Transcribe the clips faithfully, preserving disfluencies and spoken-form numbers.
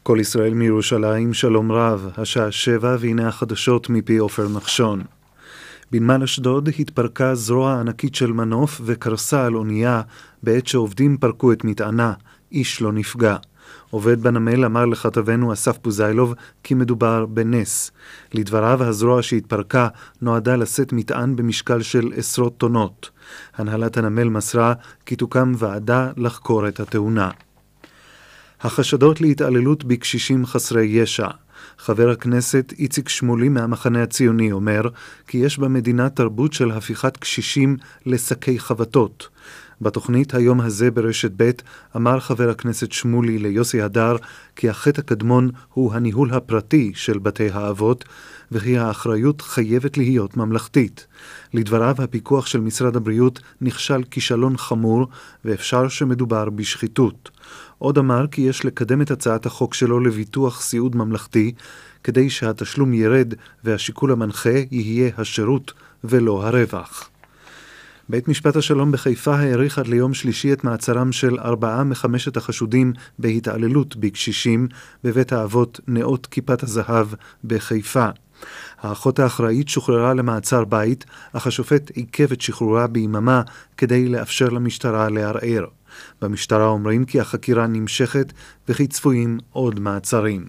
כל ישראל מירושלים, שלום רב, השעה שבע והנה החדשות מפי עופר נחשון. בנמל אשדוד התפרקה זרוע ענקית של מנוף וקרסה על אונייה בעת שעובדים פרקו את מטענה, איש לא נפגע. עובד בנמל אמר לכתבנו אסף בוזיילוב כי מדובר בנס. לדבריו הזרוע שהתפרקה נועדה לשאת מטען במשקל של עשרות טונות. הנהלת הנמל מסרה כי תוקם ועדה לחקור את התאונה. החשדות להתעללות בקשישים חסרי ישע. חבר הכנסת איציק שמולי מהמחנה הציוני אומר כי יש במדינה תרבות של הפיכת קשישים לשקי חבטות. בתוכנית היום הזה ברשת ב' אמר חבר הכנסת שמולי ליוסי הדר כי החטא הקדמון הוא הניהול הפרטי של בתי האבות וכי האחריות חייבת להיות ממלכתית. לדבריו הפיקוח של משרד הבריאות נכשל כישלון חמור ואפשר שמדובר בשחיתות. עוד אמר כי יש לקדם את הצעת החוק שלו לביטוח סיעוד ממלכתי כדי שהתשלום ירד והשיקול המנחה יהיה השירות ולא הרווח. בית משפט השלום בחיפה העריך עד ליום שלישי את מעצרם של ארבעה מחמשת החשודים בהתעללות בקשישים בבית האבות נאות כיפת הזהב בחיפה. האחות האחראית שוחררה למעצר בית, אך השופט עיכב את שחרורה ביממה כדי לאפשר למשטרה לערער. במשטרה אומרים כי החקירה נמשכת וכי צפויים עוד מעצרים.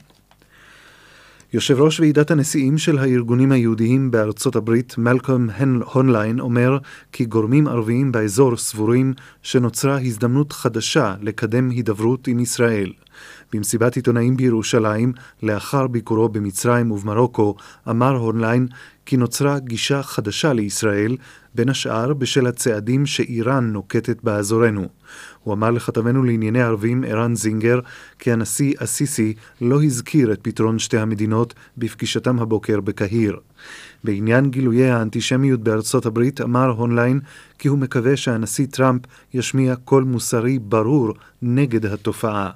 יושב ראש ועידת הנשיאים של הארגונים היהודיים בארצות הברית, מלקום הונליין, אומר כי גורמים ערביים באזור סבורים שנוצרה הזדמנות חדשה לקדם הידברות עם ישראל. במסיבת עיתונאים בירושלים, לאחר ביקורו במצרים ובמרוקו, אמר הונליין כי נוצרה גישה חדשה לישראל, בין השאר בשל הצעדים שאיראן נוקטת באזורנו. הוא אמר לכתבנו לענייני ערבים ערן זינגר כי הנשיא הסיסי לא הזכיר את פתרון שתי המדינות בפגישתם הבוקר בקהיר. בעניין גילויי האנטישמיות בארצות הברית אמר הונליין כי הוא מקווה שהנשיא טראמפ ישמיע קול מוסרי ברור נגד התופעה.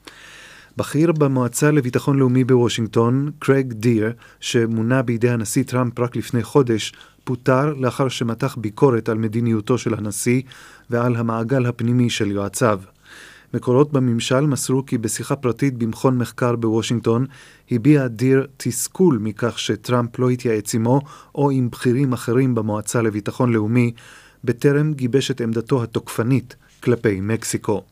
בכיר במועצה לביטחון לאומי בוושינגטון, קרייג דיר, שמונה בידי הנשיא טראמפ רק לפני חודש, פוטר לאחר שמתח ביקורת על מדיניותו של הנשיא ועל המעגל הפנימי של יועציו. מקורות בממשל מסרו כי בשיחה פרטית במכון מחקר בוושינגטון, הביע דיר תסכול מכך שטראמפ לא התייעץ עמו או עם בכירים אחרים במועצה לביטחון לאומי, בטרם גיבש את עמדתו התוקפנית כלפי מקסיקו.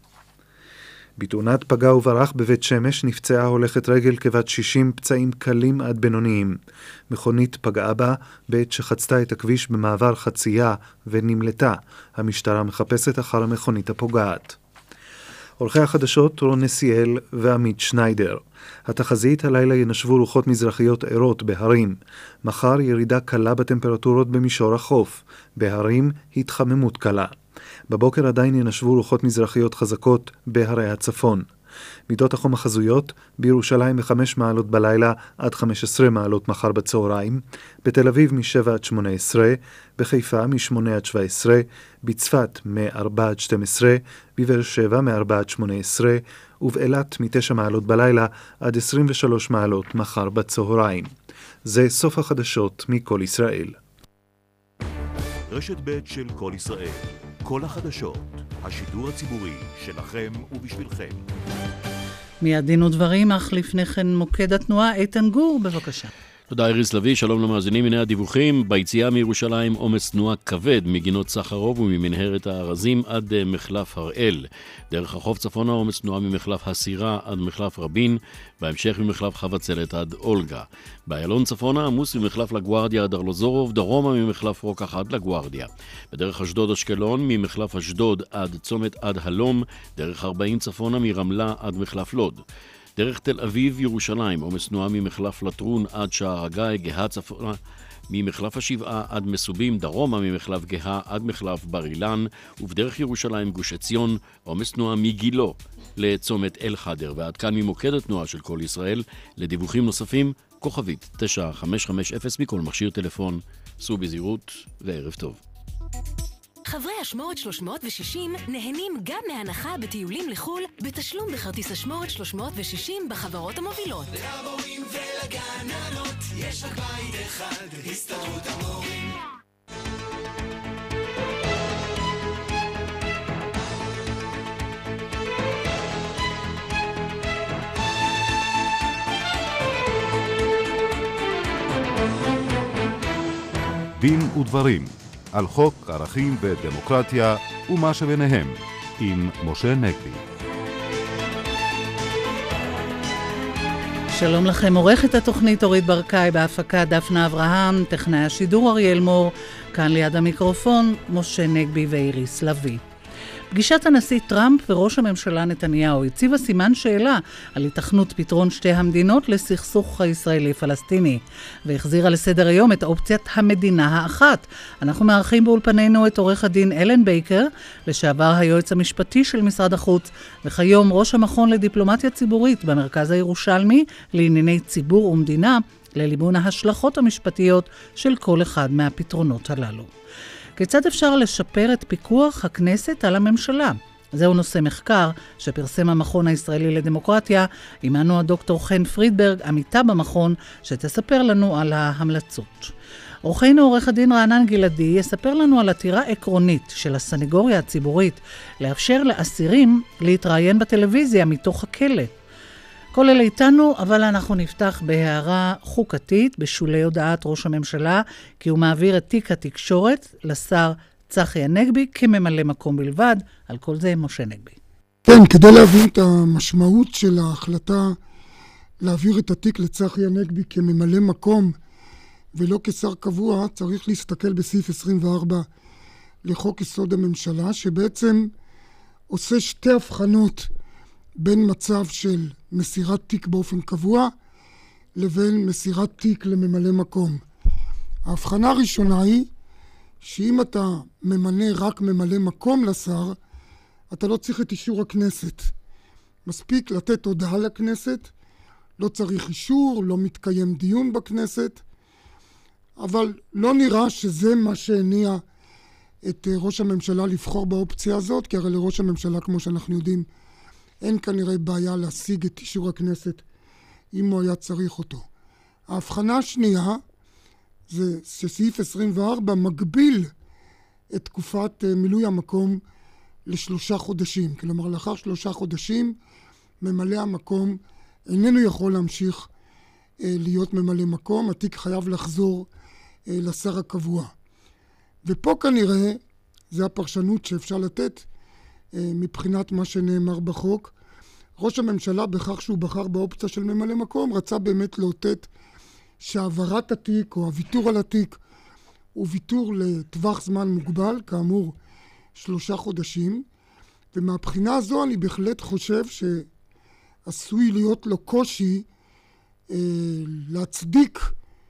בתאונת פגע וברח בבית שמש נפצעה הולכת רגל כבת שישים פצעים קלים עד בינוניים. מכונית פגעה בה בעת שחצתה את הכביש במעבר חצייה ונמלטה. המשטרה מחפשת אחר המכונית הפוגעת. עורכי החדשות רון נסיאל ועמית שניידר. התחזית הלילה ינשבו רוחות מזרחיות ערות בהרים. מחר ירידה קלה בטמפרטורות במישור החוף. בהרים התחממות קלה. בבוקר עדיין ינשבו רוחות מזרחיות חזקות בהרי הצפון. מידות החום החזויות בירושלים מ-חמש מעלות בלילה עד חמש עשרה מעלות מחר בצהריים, בתל אביב מ-שבע עד שמונה עשרה, בחיפה מ-שמונה עד שבע עשרה, בצפת מ-ארבע עד שתים עשרה, בבאר שבע מ-ארבע עד שמונה עשרה, ובאילת מ-תשע מעלות בלילה עד עשרים ושלוש מעלות מחר בצהריים. זה סוף החדשות מכל ישראל. רשת ב' של כל ישראל. כל החדשות, השידור הציבורי שלכם ובשבילכם. מיד דין ודברים, אך לפני כן מוקד התנועה, איתן גור, בבקשה. תודה איריס לוי, שלום למאזינים. הנה הדיווחים. ביציאה מירושלים עומס תנועה כבד מגינות סחרוב וממנהרת הארזים עד מחלף הראל. דרך החוף צפונה עומס תנועה ממחלף הסירה עד מחלף רבין, בהמשך ממחלף חבצלת עד אולגה. באיילון צפונה עמוס ממחלף לגוארדיה עד ארלוזורוב, דרומה ממחלף רוקח עד לגוארדיה. בדרך אשדוד אשקלון ממחלף אשדוד עד צומת עד הלום, דרך ארבעים צפונה מרמלה עד מחלף לוד. דרך תל אביב ירושלים עומס תנועה ממחלף לטרון עד שער הגיא, גאה צפונה ממחלף השבעה עד מסובים, דרומה ממחלף גאה עד מחלף בר אילן, ובדרך ירושלים גוש עציון עומס תנועה מגילו לצומת אל חדר. ועד כאן ממוקד התנועה של כל ישראל. לדיווחים נוספים כוכבית תשע חמש חמש אפס מכל מכשיר טלפון. סעו בזהירות וערב טוב. חברי אשמורת שלוש מאות ושישים נהנים גם מהנחה בטיולים לחול בתשלום בכרטיס אשמורת שלוש מאות ושישים בחברות המובילות. למורים ולגננות יש רק בית אחד, הסתדרות המורים. דין ודברים על חוק ערכים ודמוקרטיה ומה שביניהם עם משה נגבי. שלום לכם, עורכת התוכנית אורית ברקאי, בהפקה דפנה אברהם, טכנאי השידור אריאל מור, כאן ליד המיקרופון משה נגבי ואיריס לוי. פגישת הנשיא טראמפ וראש הממשלה נתניהו הציבה סימן שאלה על התכנות פתרון שתי המדינות לסכסוך הישראלי-פלסטיני, והחזירה לסדר היום את אופציית המדינה האחת. אנחנו מארחים באולפנינו את עורך הדין אלן בייקר, לשעבר היועץ המשפטי של משרד החוץ, וכיום ראש המכון לדיפלומטיה ציבורית במרכז הירושלמי לענייני ציבור ומדינה, לליבון ההשלכות המשפטיות של כל אחד מהפתרונות הללו. כיצד אפשר לשפר את פיקוח הכנסת על הממשלה? זהו נושא מחקר שפרסם המכון הישראלי לדמוקרטיה, עמנו הדוקטור חן פרידברג, עמיתה במכון, שתספר לנו על ההמלצות. אורחנו עורך הדין רענן גלעדי יספר לנו על עתירה עקרונית של הסניגוריה הציבורית לאפשר לאסירים להתראיין בטלוויזיה מתוך הכלא. כל אלה איתנו, אבל אנחנו נפתח בהערה חוקתית בשולי הודעת ראש הממשלה, כי הוא מעביר את תיק התקשורת לשר צחי הנגבי כממלא מקום בלבד. על כל זה משה נגבי. כן, כדי להבין את המשמעות של ההחלטה להעביר את התיק לצחי הנגבי כממלא מקום ולא כשר קבוע, צריך להסתכל בסעיף עשרים וארבע לחוק יסוד הממשלה, שבעצם עושה שתי הבחנות בין מצב של מסירת תיק באופן קבוע לבין מסירת תיק לממלא מקום. ההבחנה הראשונה היא שאם אתה ממנה רק ממלא מקום לשר, אתה לא צריך את אישור הכנסת. מספיק לתת הודעה לכנסת, לא צריך אישור, לא מתקיים דיון בכנסת, אבל לא נראה שזה מה שהניע את ראש הממשלה לבחור באופציה הזאת, כי הרי לראש הממשלה, כמו שאנחנו יודעים, אין כנראה בעיה להשיג את אישור הכנסת אם הוא היה צריך אותו. ההבחנה השנייה זה שסעיף עשרים וארבע מגביל את תקופת מילוי המקום לשלושה חודשים. כלומר, לאחר שלושה חודשים ממלא המקום איננו יכול להמשיך להיות ממלא מקום, התיק חייב לחזור לשר הקבוע. ופה כנראה זה הפרשנות שאפשר לתת מבחינת מה שנאמר בחוק. ראש הממשלה בכך שהוא בחר באופציה של ממלא מקום רצה באמת לאותת שהעברת התיק או הוויתור על התיק הוא ויתור לטווח זמן מוגבל, כאמור שלושה חודשים, ומהבחינה הזו אני בהחלט חושב שעשוי להיות לו קושי אה, להצדיק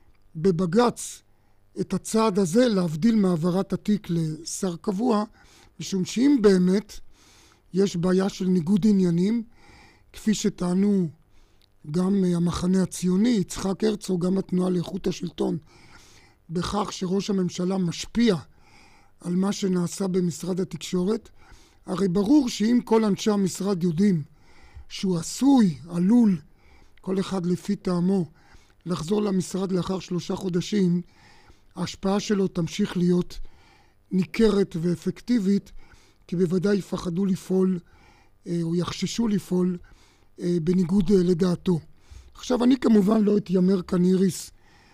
בבגץ את הצעד הזה, להבדיל מעברת התיק לשר קבוע, משום שאם באמת יש בעיה של ניגוד עניינים, כפי שטענו גם המחנה הציוני, יצחק הרצוג, גם התנועה לאיכות השלטון, בכך שראש הממשלה משפיע על מה שנעשה במשרד התקשורת, הרי ברור שאם כל אנשי המשרד יודעים שהוא עשוי, עלול, כל אחד לפי טעמו, לחזור למשרד לאחר שלושה חודשים, ההשפעה שלו תמשיך להיות ניכרת ואפקטיבית, כי בוודאי יפחדו לפעול או יחששו לפעול בניגוד לדעתו. עכשיו אני כמובן לא אתיימר כאן איריס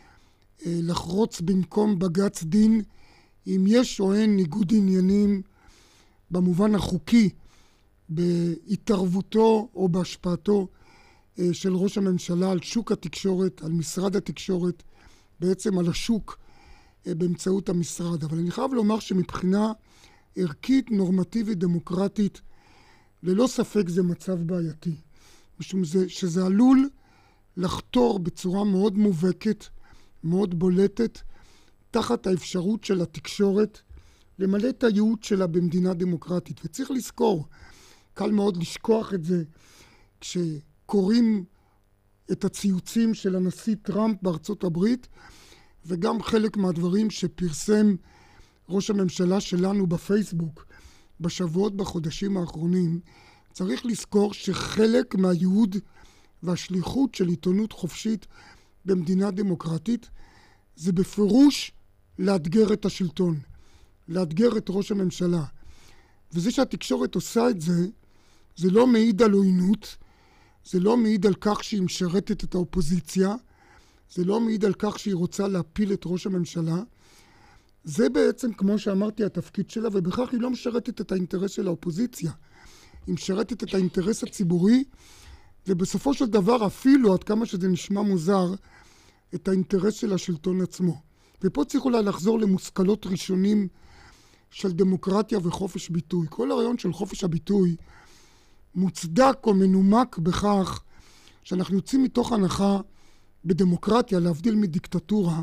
לחרוץ במקום בג"ץ דין אם יש או אין ניגוד עניינים במובן החוקי בהתערבותו או בהשפעתו של ראש הממשלה על שוק התקשורת, על משרד התקשורת, בעצם על השוק באמצעות המשרד. אבל אני חייב לומר שמבחינה ערכית, נורמטיבית, דמוקרטית, ללא ספק זה מצב בעייתי. משום זה, שזה עלול לחתור בצורה מאוד מובהקת, מאוד בולטת, תחת האפשרות של התקשורת למלא את הייעוד שלה במדינה דמוקרטית. וצריך לזכור, קל מאוד לשכוח את זה, כשקוראים את הציוצים של הנשיא טראמפ בארצות הברית, וגם חלק מהדברים שפרסם ראש הממשלה שלנו בפייסבוק בשבועות, בחודשים האחרונים, צריך לזכור שחלק מהייעוד והשליחות של עיתונות חופשית במדינה דמוקרטית זה בפירוש לאתגר את השלטון, לאתגר את ראש הממשלה. וזה שהתקשורת עושה את זה, זה לא מעיד על עוינות, זה לא מעיד על כך שהיא משרתת את האופוזיציה, זה לא מעיד על כך שהיא רוצה להפיל את ראש הממשלה, זה בעצם, כמו שאמרתי, התפקיד שלה, ובכך היא לא משרתת את האינטרס של האופוזיציה. היא משרתת את האינטרס הציבורי, ובסופו של דבר אפילו, עד כמה שזה נשמע מוזר, את האינטרס של השלטון עצמו. ופה צריך אולי לחזור למושכלות ראשונים של דמוקרטיה וחופש ביטוי. כל הרעיון של חופש הביטוי מוצדק או מנומק בכך שאנחנו יוצאים מתוך הנחה בדמוקרטיה, להבדיל מדיקטטורה,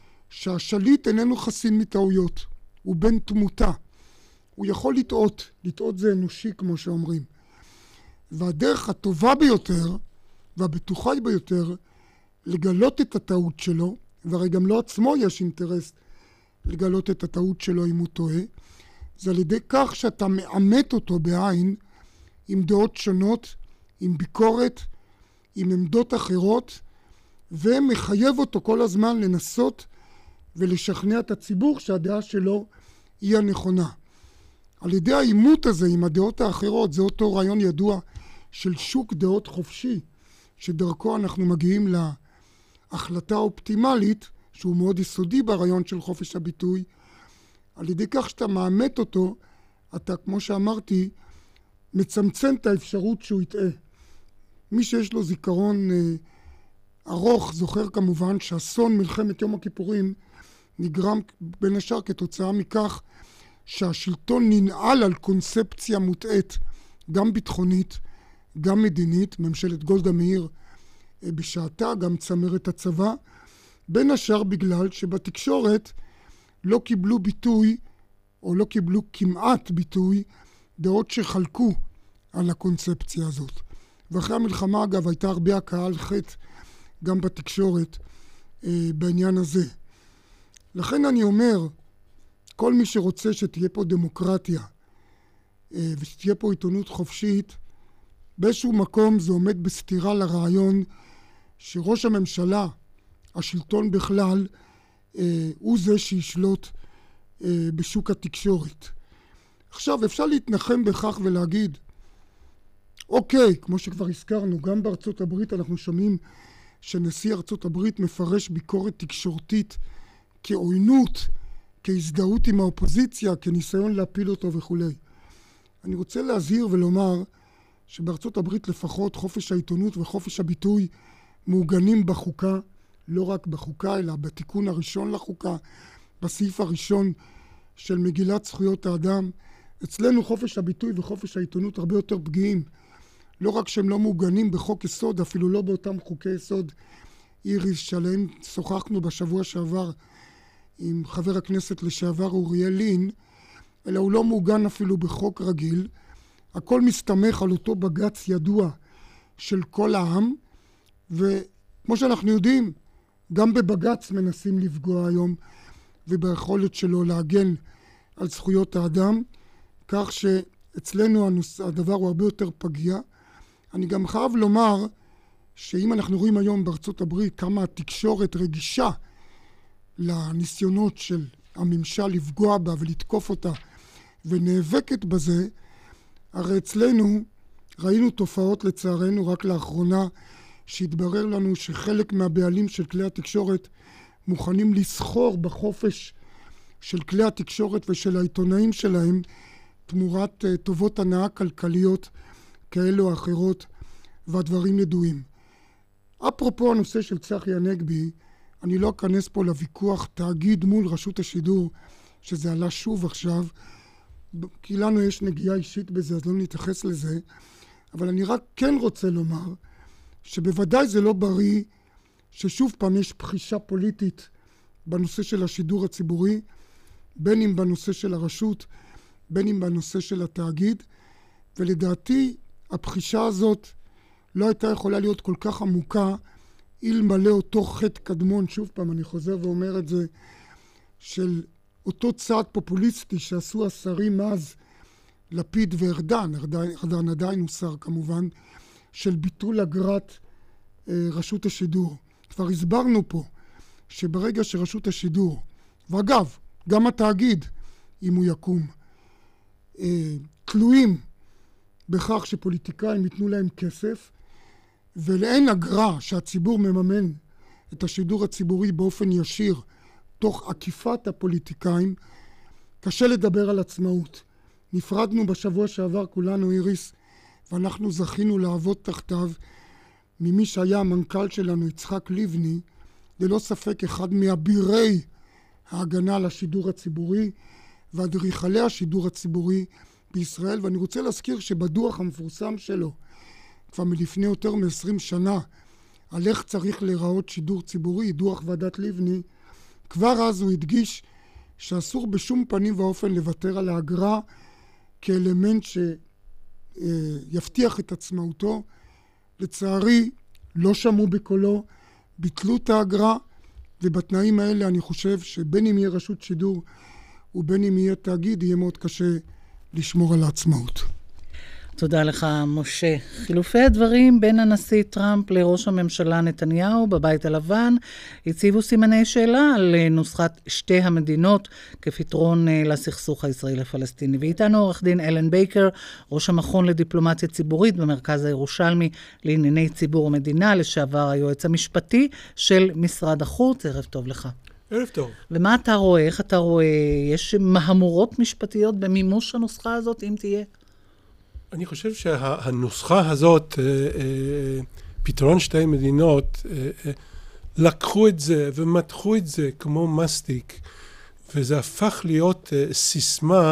שהשליט איננו חסין מטעויות, הוא בן תמותה. הוא יכול לטעות, לטעות זה אנושי כמו שאומרים. והדרך הטובה ביותר והבטוחה ביותר לגלות את הטעות שלו, והרי גם לא עצמו יש אינטרס לגלות את הטעות שלו אם הוא טועה, זה על ידי כך שאתה מאמת אותו בעין עם דעות שונות, עם ביקורת, עם עמדות אחרות, ומחייב אותו כל הזמן לנסות ולשכנע את הציבור שהדעה שלו היא הנכונה. על ידי האימות הזה עם הדעות האחרות, זה אותו רעיון ידוע של שוק דעות חופשי, שדרכו אנחנו מגיעים להחלטה האופטימלית, שהוא מאוד יסודי ברעיון של חופש הביטוי. על ידי כך שאתה מאמת אותו, אתה, כמו שאמרתי, מצמצם את האפשרות שהוא יטעה. מי שיש לו זיכרון אה, ארוך, זוכר כמובן שאסון מלחמת יום הכיפורים נגרם בין השאר כתוצאה מכך שהשלטון ננעל על קונספציה מוטעית, גם ביטחונית, גם מדינית, ממשלת גולדה מאיר אה, בשעתה, גם צמרת הצבא, בין השאר בגלל שבתקשורת לא קיבלו ביטוי, או לא קיבלו כמעט ביטוי, דעות שחלקו על הקונספציה הזאת. ואחרי המלחמה אגב הייתה הרבה הקאה על חטא גם בתקשורת אה, בעניין הזה. לכן אני אומר, כל מי שרוצה שתהיה פה דמוקרטיה אה, ושתהיה פה עיתונות חופשית, באיזשהו מקום זה עומד בסתירה לרעיון שראש הממשלה, השלטון בכלל, אה, הוא זה שישלוט אה, בשוק התקשורת. עכשיו אפשר להתנחם בכך ולהגיד, אוקיי, כמו שכבר הזכרנו, גם בארצות הברית אנחנו שומעים שנשיא ארצות הברית מפרש ביקורת תקשורתית כעוינות, כהזדהות עם האופוזיציה, כניסיון להפיל אותו וכו'. אני רוצה להזהיר ולומר שבארצות הברית לפחות חופש העיתונות וחופש הביטוי מעוגנים בחוקה, לא רק בחוקה אלא בתיקון הראשון לחוקה, בסעיף הראשון של מגילת זכויות האדם. אצלנו חופש הביטוי וחופש העיתונות הרבה יותר פגיעים. לא רק שהם לא מעוגנים בחוק יסוד, אפילו לא באותם חוקי יסוד איריס שעליהם שוחחנו בשבוע שעבר עם חבר הכנסת לשעבר אוריאל לין, אלא הוא לא מעוגן אפילו בחוק רגיל. הכל מסתמך על אותו בג"ץ ידוע של כל העם, וכמו שאנחנו יודעים, גם בבג"ץ מנסים לפגוע היום וביכולת שלו להגן על זכויות האדם, כך שאצלנו הדבר הוא הרבה יותר פגיע. אני גם חייב לומר שאם אנחנו רואים היום בארצות הברית כמה התקשורת רגישה לניסיונות של הממשל לפגוע בה ולתקוף אותה ונאבקת בזה, הרי אצלנו ראינו תופעות לצערנו רק לאחרונה שהתברר לנו שחלק מהבעלים של כלי התקשורת מוכנים לסחור בחופש של כלי התקשורת ושל העיתונאים שלהם תמורת uh, טובות הנאה כלכליות כאלו או אחרות, והדברים ידועים. אפרופו הנושא של צחי הנגבי, אני לא אכנס פה לוויכוח תאגיד מול רשות השידור, שזה עלה שוב עכשיו, כי לנו יש נגיעה אישית בזה, אז לא נתייחס לזה, אבל אני רק כן רוצה לומר, שבוודאי זה לא בריא, ששוב פעם יש בחישה פוליטית בנושא של השידור הציבורי, בין אם בנושא של הרשות, בין אם בנושא של התאגיד, ולדעתי הבחישה הזאת לא הייתה יכולה להיות כל כך עמוקה, אלמלא אותו חטא קדמון, שוב פעם אני חוזר ואומר את זה, של אותו צעד פופוליסטי שעשו השרים אז, לפיד וארדן, ארדן, ארדן עדיין הוא שר כמובן, של ביטול אגרת אה, רשות השידור. כבר הסברנו פה שברגע שרשות השידור, ואגב, גם התאגיד, אם הוא יקום, אה, תלויים בכך שפוליטיקאים ייתנו להם כסף, ולאין אגרה שהציבור מממן את השידור הציבורי באופן ישיר תוך עקיפת הפוליטיקאים, קשה לדבר על עצמאות. נפרדנו בשבוע שעבר כולנו, איריס, ואנחנו זכינו לעבוד תחתיו ממי שהיה המנכ"ל שלנו, יצחק לבני, ללא ספק אחד מאבירי ההגנה על השידור הציבורי ואדריכלי השידור הציבורי בישראל. ואני רוצה להזכיר שבדוח המפורסם שלו, כבר מלפני יותר מ-עשרים שנה, על איך צריך להיראות שידור ציבורי, דוח ועדת לבני, כבר אז הוא הדגיש שאסור בשום פנים ואופן לוותר על האגרה כאלמנט שיבטיח את עצמאותו. לצערי לא שמעו בקולו, ביטלו את האגרה, ובתנאים האלה אני חושב שבין אם יהיה רשות שידור ובין אם יהיה תאגיד, יהיה מאוד קשה לשמור על העצמאות. תודה לך, משה. חילופי הדברים בין הנשיא טראמפ לראש הממשלה נתניהו בבית הלבן הציבו סימני שאלה על נוסחת שתי המדינות כפתרון לסכסוך הישראלי-פלסטיני. ואיתנו עורך דין אלן בייקר, ראש המכון לדיפלומטיה ציבורית במרכז הירושלמי לענייני ציבור ומדינה, לשעבר היועץ המשפטי של משרד החוץ. ערב טוב לך. ערב טוב. ומה אתה רואה? איך אתה רואה? יש מהמורות משפטיות במימוש הנוסחה הזאת, אם תהיה? אני חושב שהנוסחה הזאת, פתרון שתי מדינות, לקחו את זה ומתחו את זה כמו מסטיק, וזה הפך להיות סיסמה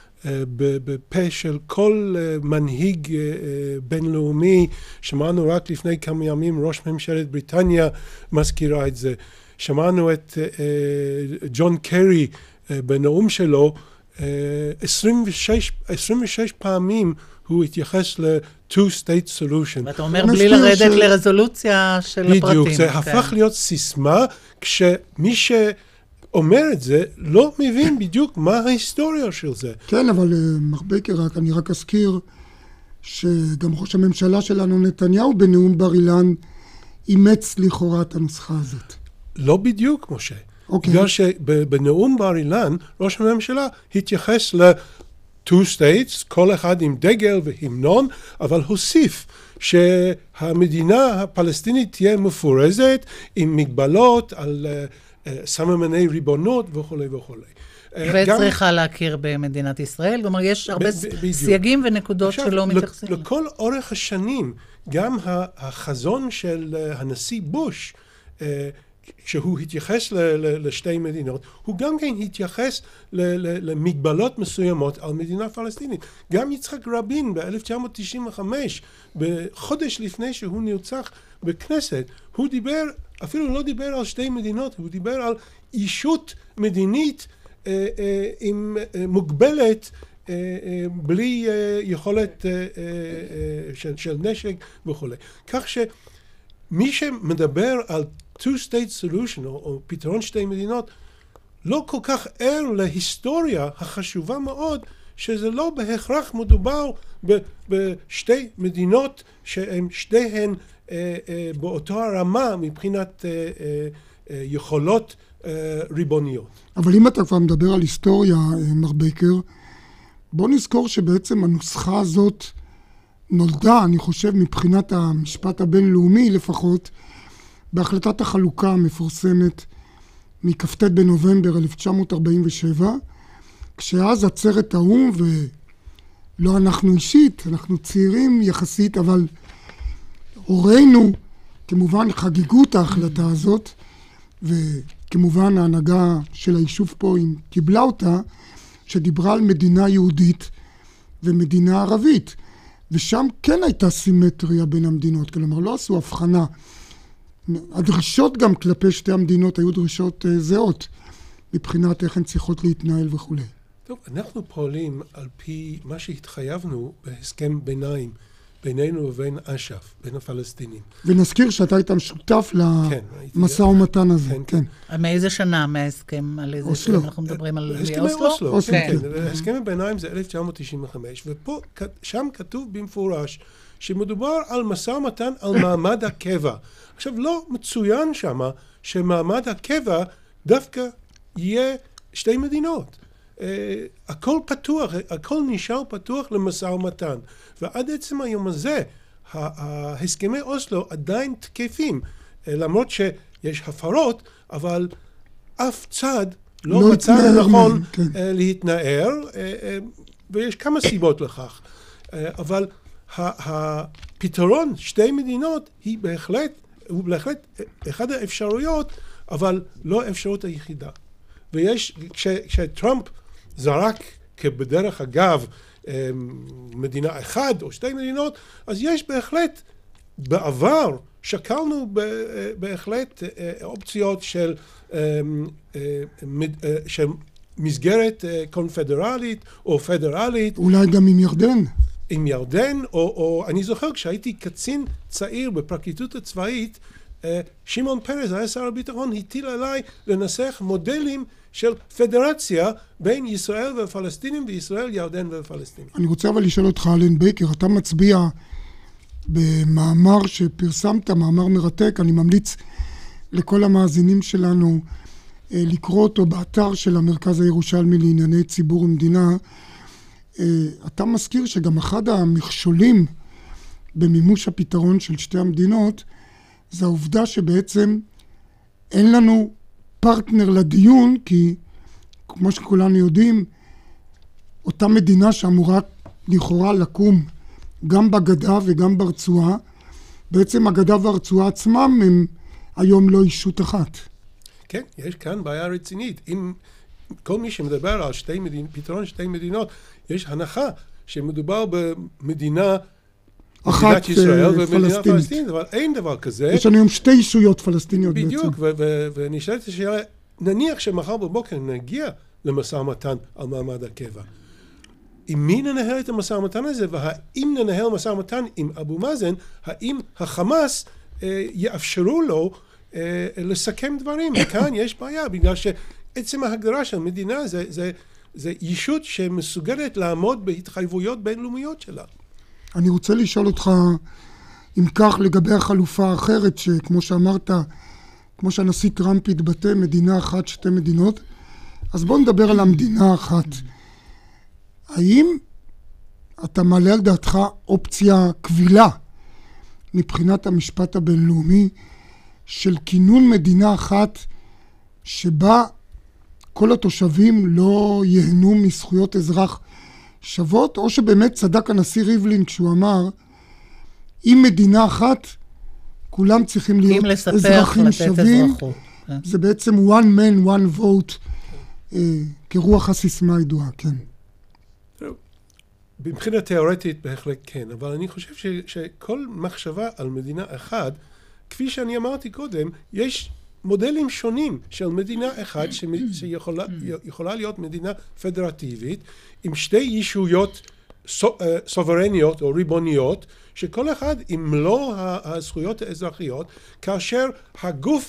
בפה של כל מנהיג בינלאומי. שמענו רק לפני כמה ימים ראש ממשלת בריטניה מזכירה את זה. שמענו את ג'ון קרי בנאום שלו, עשרים ושש פעמים הוא התייחס ל-two-state solution. ואתה אומר בלי לרדת לרזולוציה של הפרטים. בדיוק, זה הפך להיות סיסמה, כשמי שאומר את זה לא מבין בדיוק מה ההיסטוריה של זה. כן, אבל מר בייקר, אני רק אזכיר שגם ראש הממשלה שלנו נתניהו בנאום בר אילן אימץ לכאורה את הנוסחה הזאת. לא בדיוק, משה. אוקיי. בגלל שבנאום בר אילן ראש הממשלה התייחס ל- two states, כל אחד עם דגל והמנון, אבל הוסיף שהמדינה הפלסטינית תהיה מפורזת עם מגבלות על uh, uh, סממני ריבונות וכו' וכו'. וצריכה להכיר במדינת ישראל, כלומר יש הרבה סייגים ונקודות שלא מתייחסים. לכל אורך השנים, גם החזון של הנשיא בוש, כשהוא התייחס לשתי מדינות, הוא גם כן התייחס למגבלות מסוימות על מדינה פלסטינית. גם יצחק רבין ב-אלף תשע מאות תשעים וחמש, בחודש לפני שהוא נרצח בכנסת, הוא דיבר, אפילו לא דיבר על שתי מדינות, הוא דיבר על אישות מדינית אה, אה, עם, אה, מוגבלת, אה, אה, בלי אה, יכולת אה, אה, של, של נשק וכו'. כך שמי שמדבר על two-state solution, או, או פתרון שתי מדינות, לא כל כך ער להיסטוריה החשובה מאוד, שזה לא בהכרח מדובר ב, בשתי מדינות שהן שתיהן אה, אה, באותו הרמה מבחינת אה, אה, אה, יכולות אה, ריבוניות. אבל אם אתה כבר מדבר על היסטוריה, מר בייקר, בוא נזכור שבעצם הנוסחה הזאת נולדה, אני חושב, מבחינת המשפט הבינלאומי לפחות, בהחלטת החלוקה המפורסמת מכ"ט בנובמבר אלף תשע מאות ארבעים ושבע, כשאז עצרת האו"ם, ולא אנחנו אישית, אנחנו צעירים יחסית, אבל הורינו כמובן חגיגו את ההחלטה הזאת, וכמובן ההנהגה של היישוב פה קיבלה אותה, שדיברה על מדינה יהודית ומדינה ערבית, ושם כן הייתה סימטריה בין המדינות, כלומר לא עשו הבחנה. הדרישות גם כלפי שתי המדינות היו דרישות uh, זהות, מבחינת איך הן צריכות להתנהל וכו'. טוב, אנחנו פועלים על פי מה שהתחייבנו בהסכם ביניים, בינינו ובין אש"ף, בין הפלסטינים. ונזכיר שאתה היית משותף למשא ומתן הזה. כן, כן. כן. מאיזה שנה מההסכם? על איזה אוסלו. אנחנו מדברים על הסכמי אוסלו? אוסלו, אוסלו, כן, כן. כן. הסכם הביניים זה אלף תשע מאות תשעים וחמש, ופה, שם כתוב במפורש, שמדובר על משא ומתן על מעמד הקבע. עכשיו, לא מצוין שמה שמעמד הקבע דווקא יהיה שתי מדינות. Uh, הכל פתוח, הכל נשאר פתוח למשא ומתן. ועד עצם היום הזה, ההסכמי אוסלו עדיין תקפים, למרות שיש הפרות, אבל אף צד לא, לא מצא לנכון מהם, כן. להתנער, ויש כמה סיבות לכך. אבל הפתרון שתי מדינות היא בהחלט, הוא בהחלט אחד האפשרויות, אבל לא האפשרות היחידה. ויש, כש, כשטראמפ זרק כבדרך אגב מדינה אחת או שתי מדינות, אז יש בהחלט בעבר שקלנו בהחלט אופציות של, של מסגרת קונפדרלית או פדרלית. אולי גם עם ירדן. עם ירדן, או, או אני זוכר כשהייתי קצין צעיר בפרקליטות הצבאית, שמעון פרס, היה שר הביטחון, הטיל עליי לנסח מודלים של פדרציה בין ישראל והפלסטינים וישראל, ירדן והפלסטינים. אני רוצה אבל לשאול אותך, אלן בייקר, אתה מצביע במאמר שפרסמת, מאמר מרתק, אני ממליץ לכל המאזינים שלנו לקרוא אותו באתר של המרכז הירושלמי לענייני ציבור ומדינה. אתה מזכיר שגם אחד המכשולים במימוש הפתרון של שתי המדינות זה העובדה שבעצם אין לנו פרטנר לדיון, כי כמו שכולנו יודעים, אותה מדינה שאמורה לכאורה לקום גם בגדה וגם ברצועה, בעצם הגדה והרצועה עצמם הם היום לא אישות אחת. כן, יש כאן בעיה רצינית. אם כל מי שמדבר על שתי מדינות, פתרון שתי מדינות, יש הנחה שמדובר במדינה אחת מדינת ישראל פלסטינית. ומדינה פלסטינית, אבל אין דבר כזה. יש לנו היום שתי אישויות פלסטיניות בעצם. בדיוק, ונשאלת השאלה, נניח שמחר בבוקר נגיע למשא ומתן על מעמד הקבע. עם מי ננהל את המשא ומתן הזה, והאם ננהל משא ומתן עם אבו מאזן, האם החמאס אה, יאפשרו לו אה, לסכם דברים? כאן יש בעיה, בגלל שעצם ההגדרה של מדינה זה, זה, זה ישות שמסוגלת לעמוד בהתחייבויות בינלאומיות שלה. אני רוצה לשאול אותך, אם כך, לגבי החלופה האחרת, שכמו שאמרת, כמו שהנשיא טראמפ התבטא, מדינה אחת, שתי מדינות, אז בואו נדבר על המדינה האחת. האם אתה מעלה על דעתך אופציה קבילה מבחינת המשפט הבינלאומי של כינון מדינה אחת שבה כל התושבים לא יהנו מזכויות אזרח שוות, או שבאמת צדק הנשיא ריבלין כשהוא אמר, אם מדינה אחת, כולם צריכים להיות אזרחים שווים, זה בעצם one man, one vote, אה, כרוח הסיסמה הידועה, כן. מבחינה תיאורטית בהחלט כן, אבל אני חושב ש, שכל מחשבה על מדינה אחת, כפי שאני אמרתי קודם, יש מודלים שונים של מדינה אחת שיכולה יכולה להיות מדינה פדרטיבית, עם שתי ישויות סוברניות או ריבוניות, שכל אחד עם מלוא הזכויות האזרחיות, כאשר הגוף,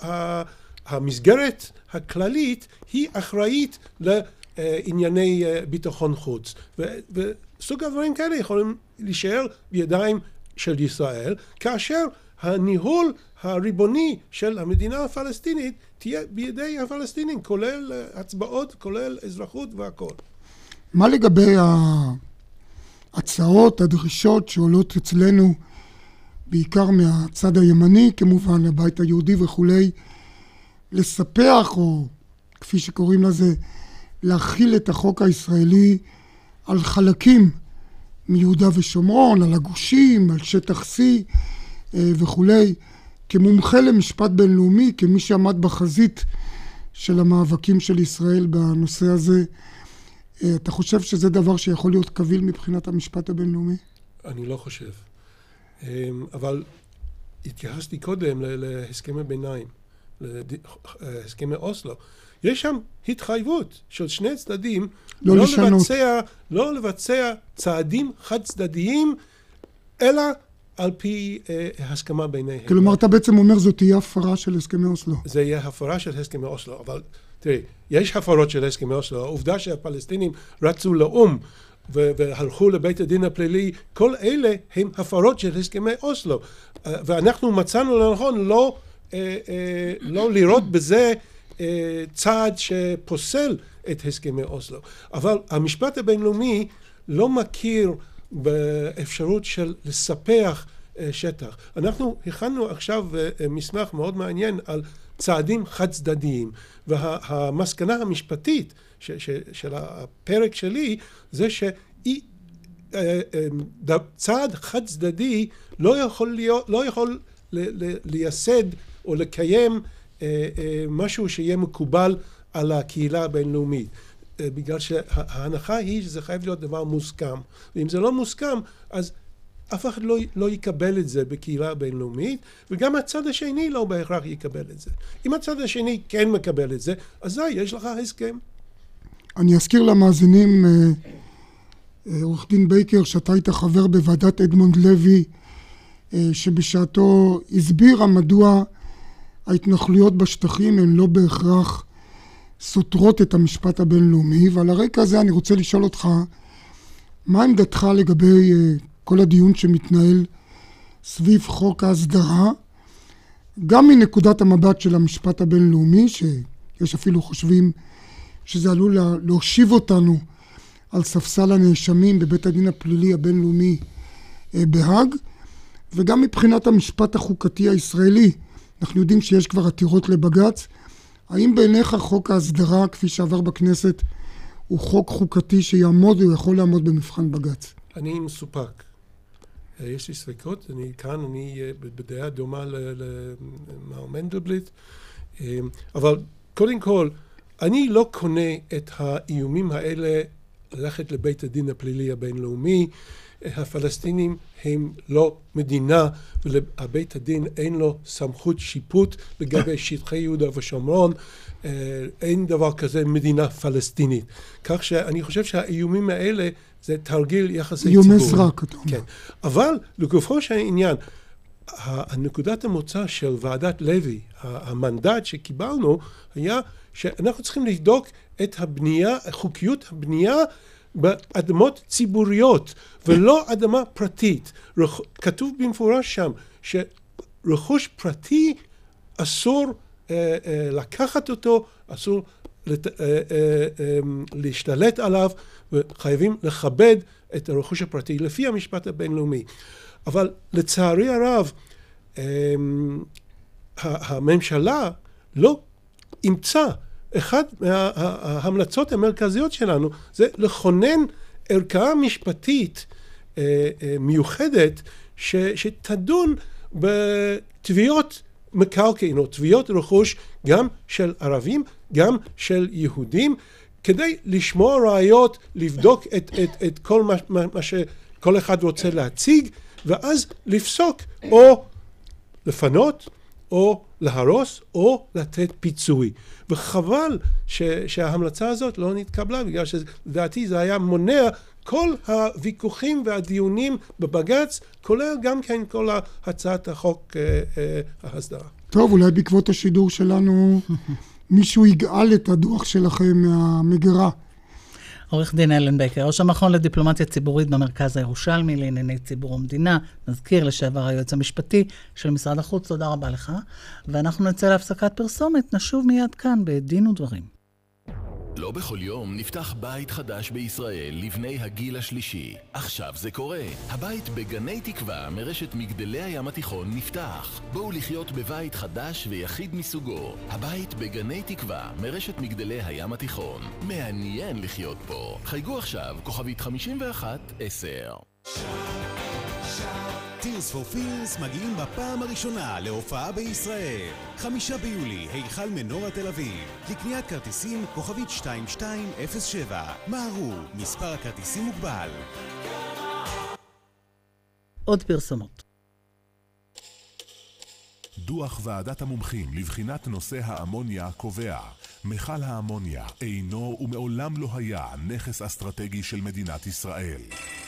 המסגרת הכללית, היא אחראית לענייני ביטחון חוץ. וסוג הדברים כאלה יכולים להישאר בידיים של ישראל, כאשר הניהול הריבוני של המדינה הפלסטינית תהיה בידי הפלסטינים, כולל הצבעות, כולל אזרחות והכל. מה לגבי ההצעות, הדרישות שעולות אצלנו, בעיקר מהצד הימני, כמובן, הבית היהודי וכולי, לספח, או כפי שקוראים לזה, להכיל את החוק הישראלי על חלקים מיהודה ושומרון, על הגושים, על שטח C וכולי, כמומחה למשפט בינלאומי, כמי שעמד בחזית של המאבקים של ישראל בנושא הזה, אתה חושב שזה דבר שיכול להיות קביל מבחינת המשפט הבינלאומי? אני לא חושב. אבל התייחסתי קודם להסכמי ביניים, להסכמי אוסלו. יש שם התחייבות של שני צדדים לא, לא, לבצע, לא לבצע צעדים חד צדדיים, אלא על פי אה, הסכמה ביניהם. כלומר, אתה בעצם אומר זאת תהיה הפרה של הסכמי אוסלו. זה יהיה הפרה של הסכמי אוסלו, אבל תראי, יש הפרות של הסכמי אוסלו. העובדה שהפלסטינים רצו לאום והלכו לבית הדין הפלילי, כל אלה הם הפרות של הסכמי אוסלו. ואנחנו מצאנו לנכון לא, אה, אה, לא לראות בזה אה, צעד שפוסל את הסכמי אוסלו. אבל המשפט הבינלאומי לא מכיר באפשרות של לספח שטח. אנחנו הכנו עכשיו מסמך מאוד מעניין על צעדים חד צדדיים, והמסקנה המשפטית ש, ש, של הפרק שלי זה שהיא צעד חד צדדי לא יכול להיות, לא יכול לייסד או לקיים משהו שיהיה מקובל על הקהילה הבינלאומית, בגלל שההנחה היא שזה חייב להיות דבר מוסכם, ואם זה לא מוסכם אז אף אחד לא, לא יקבל את זה בקהילה הבינלאומית, וגם הצד השני לא בהכרח יקבל את זה. אם הצד השני כן מקבל את זה, אז יש לך הסכם. אני אזכיר למאזינים, עורך דין בייקר, שאתה היית חבר בוועדת אדמונד לוי, שבשעתו הסבירה מדוע ההתנחלויות בשטחים הן לא בהכרח סותרות את המשפט הבינלאומי, ועל הרקע הזה אני רוצה לשאול אותך, מה עמדתך לגבי כל הדיון שמתנהל סביב חוק ההסדרה, גם מנקודת המבט של המשפט הבינלאומי, שיש אפילו חושבים שזה עלול להושיב אותנו על ספסל הנאשמים בבית הדין הפלילי הבינלאומי בהאג, וגם מבחינת המשפט החוקתי הישראלי. אנחנו יודעים שיש כבר עתירות לבג"ץ. האם בעיניך חוק ההסדרה, כפי שעבר בכנסת, הוא חוק חוקתי שיעמוד או יכול לעמוד במבחן בג"ץ? אני מסופק. יש לי ספקות, אני כאן, אני בדעה דומה למר מנדלבליט, אבל קודם כל, אני לא קונה את האיומים האלה ללכת לבית הדין הפלילי הבינלאומי. הפלסטינים הם לא מדינה, ולבית הדין אין לו סמכות שיפוט לגבי שטחי יהודה ושומרון, אין דבר כזה מדינה פלסטינית. כך שאני חושב שהאיומים האלה זה תרגיל יחסי ציבור. איומי סרק, אתה אומר. כן. אבל לגופו של העניין, הנקודת המוצא של ועדת לוי, המנדט שקיבלנו, היה שאנחנו צריכים לבדוק את הבנייה, חוקיות הבנייה, באדמות ציבוריות ולא אדמה פרטית. כתוב במפורש שם שרכוש פרטי אסור אה, אה, לקחת אותו, אסור לת, אה, אה, אה, להשתלט עליו, וחייבים לכבד את הרכוש הפרטי לפי המשפט הבינלאומי. אבל לצערי הרב אה, הממשלה לא אימצה. אחד מההמלצות המרכזיות שלנו זה לכונן ערכאה משפטית אה, אה, מיוחדת ש, שתדון בתביעות מקרקעין או תביעות רכוש גם של ערבים, גם של יהודים, כדי לשמוע ראיות, לבדוק את, את, את כל מה, מה שכל אחד רוצה להציג, ואז לפסוק או לפנות או להרוס או לתת פיצוי. וחבל ש, שההמלצה הזאת לא נתקבלה, בגלל שלדעתי זה היה מונע כל הוויכוחים והדיונים בבג"ץ, כולל גם כן כל הצעת החוק אה, אה, ההסדרה. טוב, אולי בעקבות השידור שלנו מישהו יגאל את הדוח שלכם מהמגירה. עורך דין אלן בייקר, ראש המכון לדיפלומטיה ציבורית במרכז הירושלמי לענייני ציבור ומדינה, נזכיר לשעבר היועץ המשפטי של משרד החוץ, תודה רבה לך. ואנחנו נצא להפסקת פרסומת, נשוב מיד כאן בדין ודברים. לא בכל יום נפתח בית חדש בישראל לבני הגיל השלישי. עכשיו זה קורה. הבית בגני תקווה מרשת מגדלי הים התיכון נפתח. בואו לחיות בבית חדש ויחיד מסוגו. הבית בגני תקווה מרשת מגדלי הים התיכון. מעניין לחיות פה. חייגו עכשיו כוכבית חמישים ואחת עשר. Tears for Fears מגיעים בפעם הראשונה להופעה בישראל. חמישה ביולי, היכל מנורה תל אביב. לקניית כרטיסים כוכבית שתיים שתיים אפס שבע. מהרו, מספר הכרטיסים מוגבל. עוד פרסומות. דוח ועדת המומחים לבחינת נושא האמוניה קובע, מכל האמוניה אינו ומעולם לא היה נכס אסטרטגי של מדינת ישראל.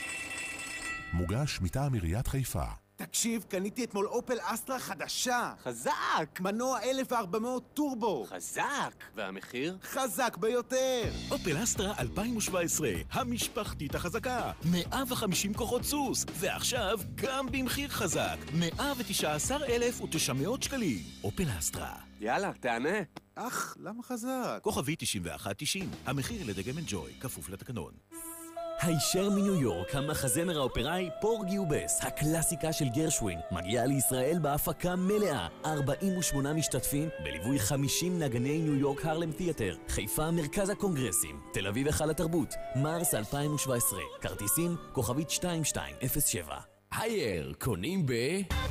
מוגש מטעם עיריית חיפה. תקשיב, קניתי אתמול אופל אסטרה חדשה. חזק! מנוע אלף וארבע מאות טורבו. חזק! והמחיר? חזק ביותר! אופל אסטרה אלפיים שבע עשרה, המשפחתית החזקה. מאה וחמישים כוחות סוס, ועכשיו גם במחיר חזק. מאה ותשעה עשר אלף ותשע מאות שקלים. אופל אסטרה. יאללה, תענה. אך, למה חזק? כוכבי תשעים ואחת תשעים. המחיר לדגם אנג'וי, כפוף לתקנון. הישר מניו יורק, המחזמר האופראי פורגי ובס, הקלאסיקה של גרשווין, מגיעה לישראל בהפקה מלאה. ארבעים ושמונה משתתפים, בליווי חמישים נגני ניו יורק הרלם תיאטר, חיפה מרכז הקונגרסים, תל אביב היכל התרבות, מרס אלפיים שבע עשרה. כרטיסים, כוכבית שתיים שתיים אפס שבע. הייר, קונים ב...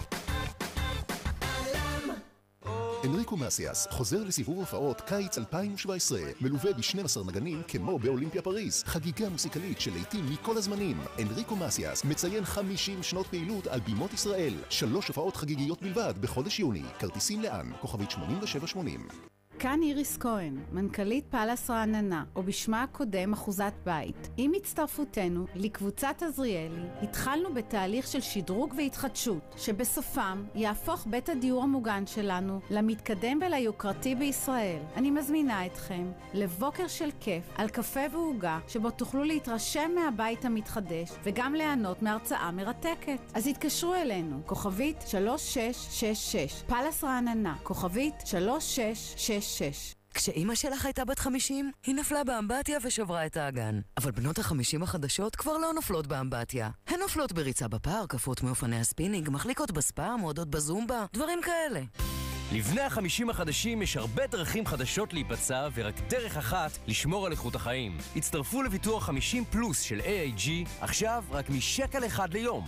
אנריקו מסיאס חוזר לסיבוב הופעות קיץ אלפיים שבע עשרה, מלווה ב-שנים עשר נגנים כמו באולימפיה פריז, חגיגה מוסיקלית של לעיתים מכל הזמנים. אנריקו מסיאס מציין חמישים שנות פעילות על בימות ישראל, שלוש הופעות חגיגיות בלבד בחודש יוני. כרטיסים לאן? כוכבית שמונים ושבע שמונים. כאן איריס כהן, מנכ"לית פלס רעננה, או בשמה הקודם אחוזת בית. עם הצטרפותנו לקבוצת עזריאלי, התחלנו בתהליך של שדרוג והתחדשות, שבסופם יהפוך בית הדיור המוגן שלנו למתקדם וליוקרתי בישראל. אני מזמינה אתכם לבוקר של כיף על קפה והוגה, שבו תוכלו להתרשם מהבית המתחדש וגם ליהנות מהרצאה מרתקת. אז התקשרו אלינו, כוכבית שלוש שש שש שש, פלס רעננה, כוכבית שלוש שש שש שש. כשאימא שלך הייתה בת חמישים, היא נפלה באמבטיה ושברה את האגן. אבל בנות החמישים החדשות כבר לא נופלות באמבטיה. הן נופלות בריצה בפארק, עפות מאופני הספינינג, מחליקות בספא, מועדות בזומבה, דברים כאלה. לבני החמישים החדשים יש הרבה דרכים חדשות להיפצע ורק דרך אחת לשמור על איכות החיים. הצטרפו לביטוח חמישים פלוס של איי איי ג'י, עכשיו רק משקל אחד ליום.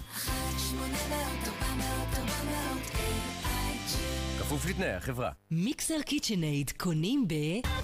כפוף לתנאי החברה. מיקסר קיצ'נייד קונים ב...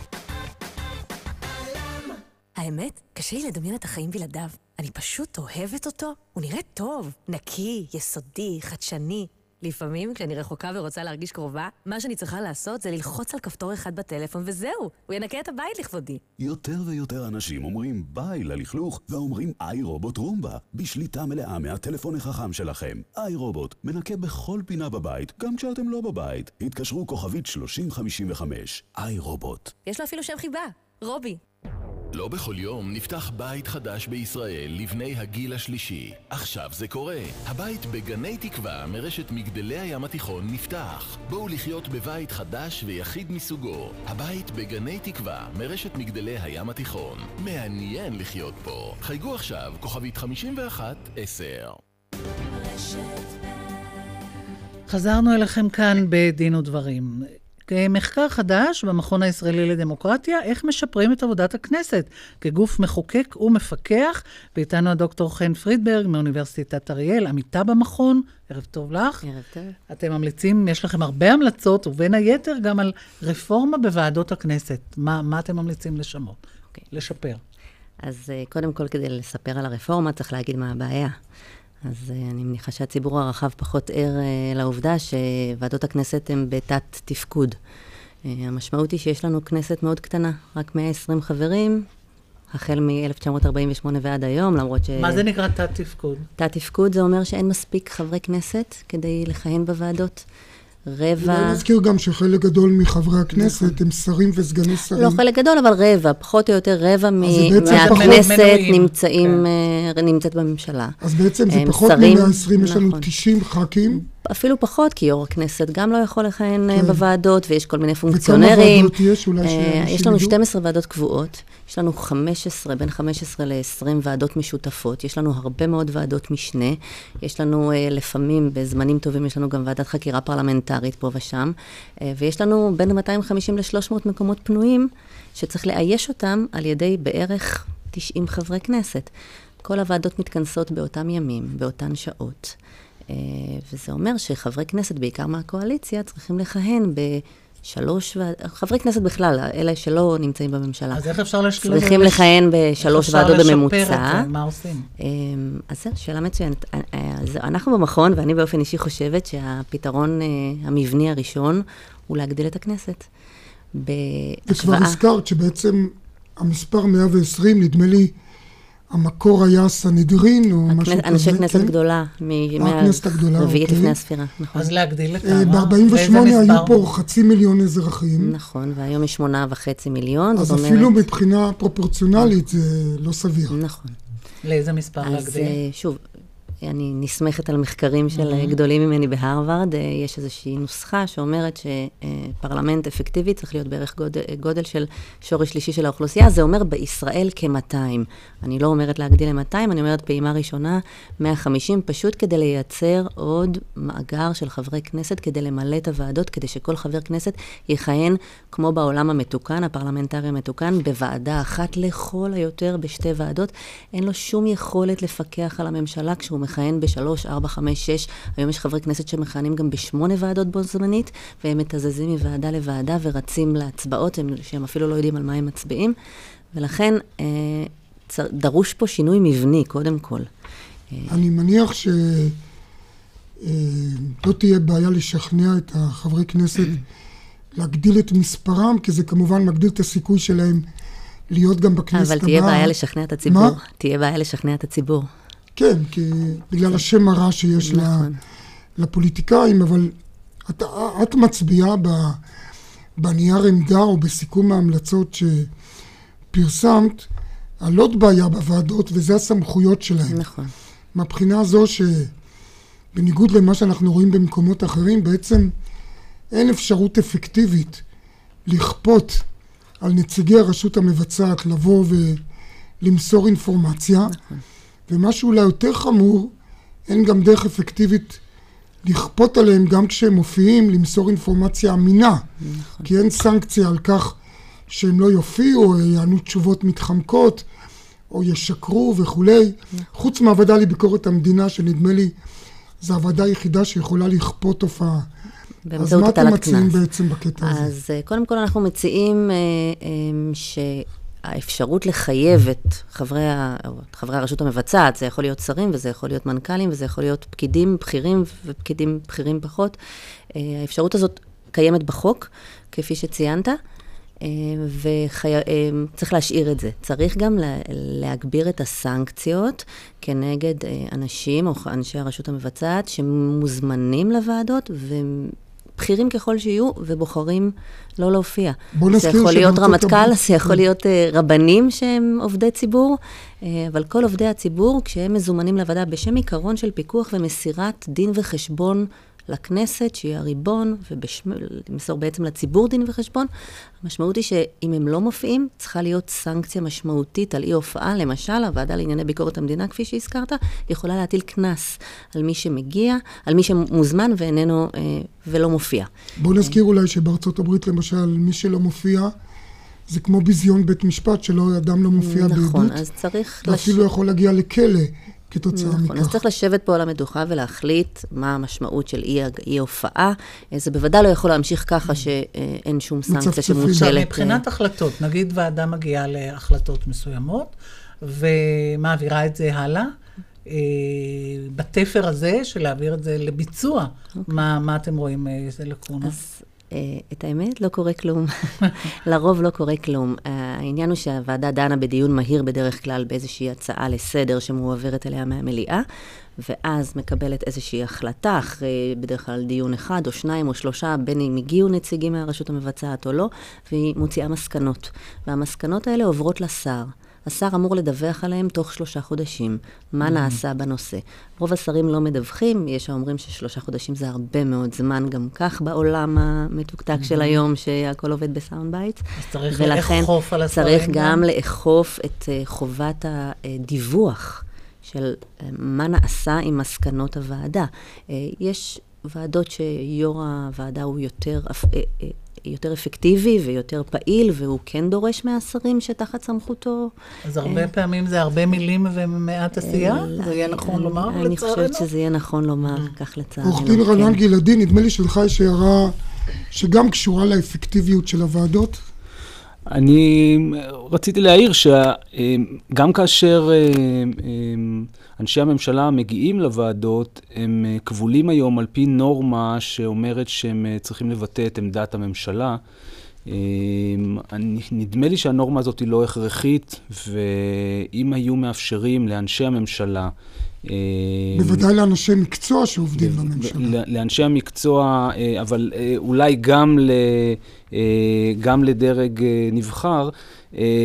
האמת, קשה לי לדמיין את החיים בלעדיו. אני פשוט אוהבת אותו. הוא נראה טוב, נקי, יסודי, חדשני. לפעמים, כשאני רחוקה ורוצה להרגיש קרובה, מה שאני צריכה לעשות זה ללחוץ על כפתור אחד בטלפון וזהו, הוא ינקה את הבית לכבודי. יותר ויותר אנשים אומרים ביי ללכלוך ואומרים איי רובוט רומבה, בשליטה מלאה מהטלפון החכם שלכם. איי רובוט מנקה בכל פינה בבית, גם כשאתם לא בבית. התקשרו כוכבית שלושים חמישים וחמש. איי רובוט. יש לו אפילו שם חיבה, רובי. לא בכל יום נפתח בית חדש בישראל לבני הגיל השלישי. עכשיו זה קורה. הבית בגני תקווה מרשת מגדלי הים התיכון נפתח. בואו לחיות בבית חדש ויחיד מסוגו. הבית בגני תקווה מרשת מגדלי הים התיכון. מעניין לחיות פה. חייגו עכשיו כוכבית חמישים ואחת עשר. חזרנו אליכם כאן בדין ודברים. מחקר חדש במכון הישראלי לדמוקרטיה, איך משפרים את עבודת הכנסת כגוף מחוקק ומפקח. ואיתנו הדוקטור חן פרידברג מאוניברסיטת אריאל, עמיתה במכון. ערב טוב לך. ערב טוב. אתם ממליצים, יש לכם הרבה המלצות, ובין היתר גם על רפורמה בוועדות הכנסת. מה, מה אתם ממליצים לשמות? Okay. לשפר. אז קודם כל, כדי לספר על הרפורמה, צריך להגיד מה הבעיה. אז אני מניחה שהציבור הרחב פחות ער לעובדה שוועדות הכנסת הן בתת תפקוד. המשמעות היא שיש לנו כנסת מאוד קטנה, רק מאה ועשרים חברים, החל מ-אלף תשע מאות ארבעים ושמונה ועד היום, למרות ש... מה זה נקרא תת תפקוד? תת תפקוד זה אומר שאין מספיק חברי כנסת כדי לכהן בוועדות. רבע... אני נזכיר גם שחלק גדול מחברי הכנסת הם שרים וסגני שרים. לא חלק גדול, אבל רבע, פחות או יותר רבע מהכנסת נמצאים, נמצאת בממשלה. אז בעצם זה פחות מ-מאה ועשרים, יש לנו תשעים ח"כים. אפילו פחות, כי יו"ר הכנסת גם לא יכול לכהן בוועדות, ויש כל מיני פונקציונרים. וכמה ועדות יש? אולי יש לנו שתים עשרה ועדות קבועות, יש לנו חמש עשרה, בין חמש עשרה ל-עשרים ועדות משותפות, יש לנו הרבה מאוד ועדות משנה, יש לנו לפעמים, בזמנים טובים, יש לנו גם ועדת חקירה פרלמנטרית פה ושם, ויש לנו בין מאתיים וחמישים ל-שלוש מאות מקומות פנויים, שצריך לאייש אותם על ידי בערך תשעים חברי כנסת. כל הוועדות מתכנסות באותם ימים, באותן שעות. וזה אומר שחברי כנסת, בעיקר מהקואליציה, צריכים לכהן בשלוש, חברי כנסת בכלל, אלה שלא נמצאים בממשלה. אז איך אפשר לשפר? צריכים לכהן בשלוש ועדות בממוצע. איך אפשר לשפר את זה? מה עושים? אז זו שאלה מצוינת. אנחנו במכון, ואני באופן אישי חושבת שהפתרון המבני הראשון הוא להגדיל את הכנסת. וכבר הזכרת שבעצם המספר מאה ועשרים, נדמה לי, המקור היה סנהדרין או משהו כזה. אנשי כנסת גדולה. הכנסת הגדולה, אוקיי. רביעית לפני הספירה, נכון. אז להגדיל לכמה? ב-ארבעים ושמונה היו פה חצי מיליון אזרחים. נכון, והיום יש שמונה וחצי מיליון. אז אפילו מבחינה פרופורציונלית זה לא סביר. נכון. לאיזה מספר להגדיל? אז שוב, אני נסמכת על מחקרים של mm-hmm. גדולים ממני בהרווארד, יש איזושהי נוסחה שאומרת שפרלמנט אפקטיבי צריך להיות בערך גודל, גודל של שורש שלישי של האוכלוסייה, זה אומר בישראל כ-מאתיים. אני לא אומרת להגדיל ל-מאתיים, אני אומרת פעימה ראשונה, מאה וחמישים, פשוט כדי לייצר עוד מאגר של חברי כנסת, כדי למלא את הוועדות, כדי שכל חבר כנסת יכהן כמו בעולם המתוקן, הפרלמנטרי המתוקן, בוועדה אחת לכל היותר בשתי ועדות. אין לו שום יכולת לפקח על הממשלה כשהוא מכהן בשלוש, ארבע, חמש, שש. היום יש חברי כנסת שמכהנים גם בשמונה ועדות בו זמנית, והם מתזזים מוועדה לוועדה ורצים להצבעות, הם, שהם אפילו לא יודעים על מה הם מצביעים. ולכן אה, צר, דרוש פה שינוי מבני, קודם כל. אני מניח ש... לא תהיה בעיה לשכנע את החברי כנסת להגדיל את מספרם, כי זה כמובן מגדיל את הסיכוי שלהם להיות גם בכנסת הבאה. אבל תהיה בעיה לשכנע את הציבור. מה? תהיה בעיה לשכנע את הציבור. כן, כי בגלל השם הרע שיש נכון. לפוליטיקאים, אבל את, את מצביעה בנייר עמדה או בסיכום ההמלצות שפרסמת, על עוד בעיה בוועדות, וזה הסמכויות שלהם. נכון. מהבחינה הזו שבניגוד למה שאנחנו רואים במקומות אחרים, בעצם אין אפשרות אפקטיבית לכפות על נציגי הרשות המבצעת לבוא ולמסור אינפורמציה. נכון. ומה שאולי יותר חמור, אין גם דרך אפקטיבית לכפות עליהם גם כשהם מופיעים למסור אינפורמציה אמינה. נכון. כי אין סנקציה על כך שהם לא יופיעו, או יענו תשובות מתחמקות, או ישקרו וכולי. חוץ מהוועדה לביקורת המדינה, שנדמה לי, זו הוועדה היחידה שיכולה לכפות תופעה. אז מה אתם מציעים בעצם בקטע הזה? אז קודם כל אנחנו מציעים שהאפשרות לחייב את חברי, חברי הרשות המבצעת, זה יכול להיות שרים, וזה יכול להיות מנכ"לים, וזה יכול להיות פקידים בכירים, ופקידים בכירים פחות. האפשרות הזאת קיימת בחוק, כפי שציינת, וצריך להשאיר את זה. צריך גם להגביר את הסנקציות כנגד אנשים או אנשי הרשות המבצעת שמוזמנים לוועדות ובכירים ככל שיהיו ובוחרים לא להופיע. זה יכול להיות רמטכ"ל, זה יכול להיות רבנים שהם עובדי ציבור, אבל כל עובדי הציבור כשהם מזומנים לוועדה בשם עיקרון של פיקוח ומסירת דין וחשבון לכנסת, שהיא הריבון, ומסור בעצם לציבור דין וחשבון. המשמעות היא שאם הם לא מופיעים, צריכה להיות סנקציה משמעותית על אי הופעה. למשל, הוועדה לענייני ביקורת המדינה, כפי שהזכרת, יכולה להטיל כנס על מי שמגיע, על מי שמוזמן ואיננו, אה, ולא מופיע. בוא נזכיר אולי שבארצות הברית, למשל, מי שלא מופיע, זה כמו ביזיון בית משפט, שלא אדם לא מופיע בעדות. נכון, אז צריך... ואפילו לש... יכול להגיע לכלא. כתוצאה מכך. נכון, אז צריך לשבת פה על המדוכה ולהחליט מה המשמעות של אי, אי הופעה. זה בוודאי לא יכול להמשיך ככה שאין שום סנקציה שמוצלת. מבחינת החלטות, נגיד ועדה מגיעה להחלטות מסוימות, ומעבירה את זה הלאה, בתפר הזה של להעביר את זה לביצוע, מה, מה אתם רואים איזה לקונה? אז את האמת, לא קורה כלום. לרוב לא קורה כלום. העניין הוא שהוועדה דנה בדיון מהיר בדרך כלל באיזושהי הצעה לסדר שמועברת אליה מהמליאה, ואז מקבלת איזושהי החלטה אחרי בדרך כלל דיון אחד או שניים או שלושה, בין אם הגיעו נציגים מהרשות המבצעת או לא, והיא מוציאה מסקנות. והמסקנות האלה עוברות לשר. השר אמור לדווח עליהם תוך שלושה חודשים. מה נעשה בנושא? רוב השרים לא מדווחים, יש האומרים ששלושה חודשים זה הרבה מאוד זמן, גם כך בעולם המתוקתק של היום, שהכל עובד בסאונד בייטס. אז צריך לאכוף על השרים. צריך גם לאכוף את חובת הדיווח של מה נעשה עם מסקנות הוועדה. יש ועדות שיו"ר הוועדה הוא יותר... יותר אפקטיבי ויותר פעיל, והוא כן דורש מהשרים שתחת סמכותו. אז הרבה פעמים זה הרבה מילים ומעט עשייה? זה יהיה נכון לומר, לצערנו? אני חושבת שזה יהיה נכון לומר, כך לצערנו. עורך דין רענן גלעדי, נדמה לי שלך יש הערה שגם קשורה לאפקטיביות של הוועדות? אני רציתי להעיר שגם כאשר אנשי הממשלה מגיעים לוועדות, הם כבולים היום על פי נורמה שאומרת שהם צריכים לבטא את עמדת הממשלה. נדמה לי שהנורמה הזאת היא לא הכרחית, ואם היו מאפשרים לאנשי הממשלה... בוודאי לאנשי מקצוע שעובדים בממשלה. לאנשי המקצוע, אבל אולי גם, גם לדרג נבחר,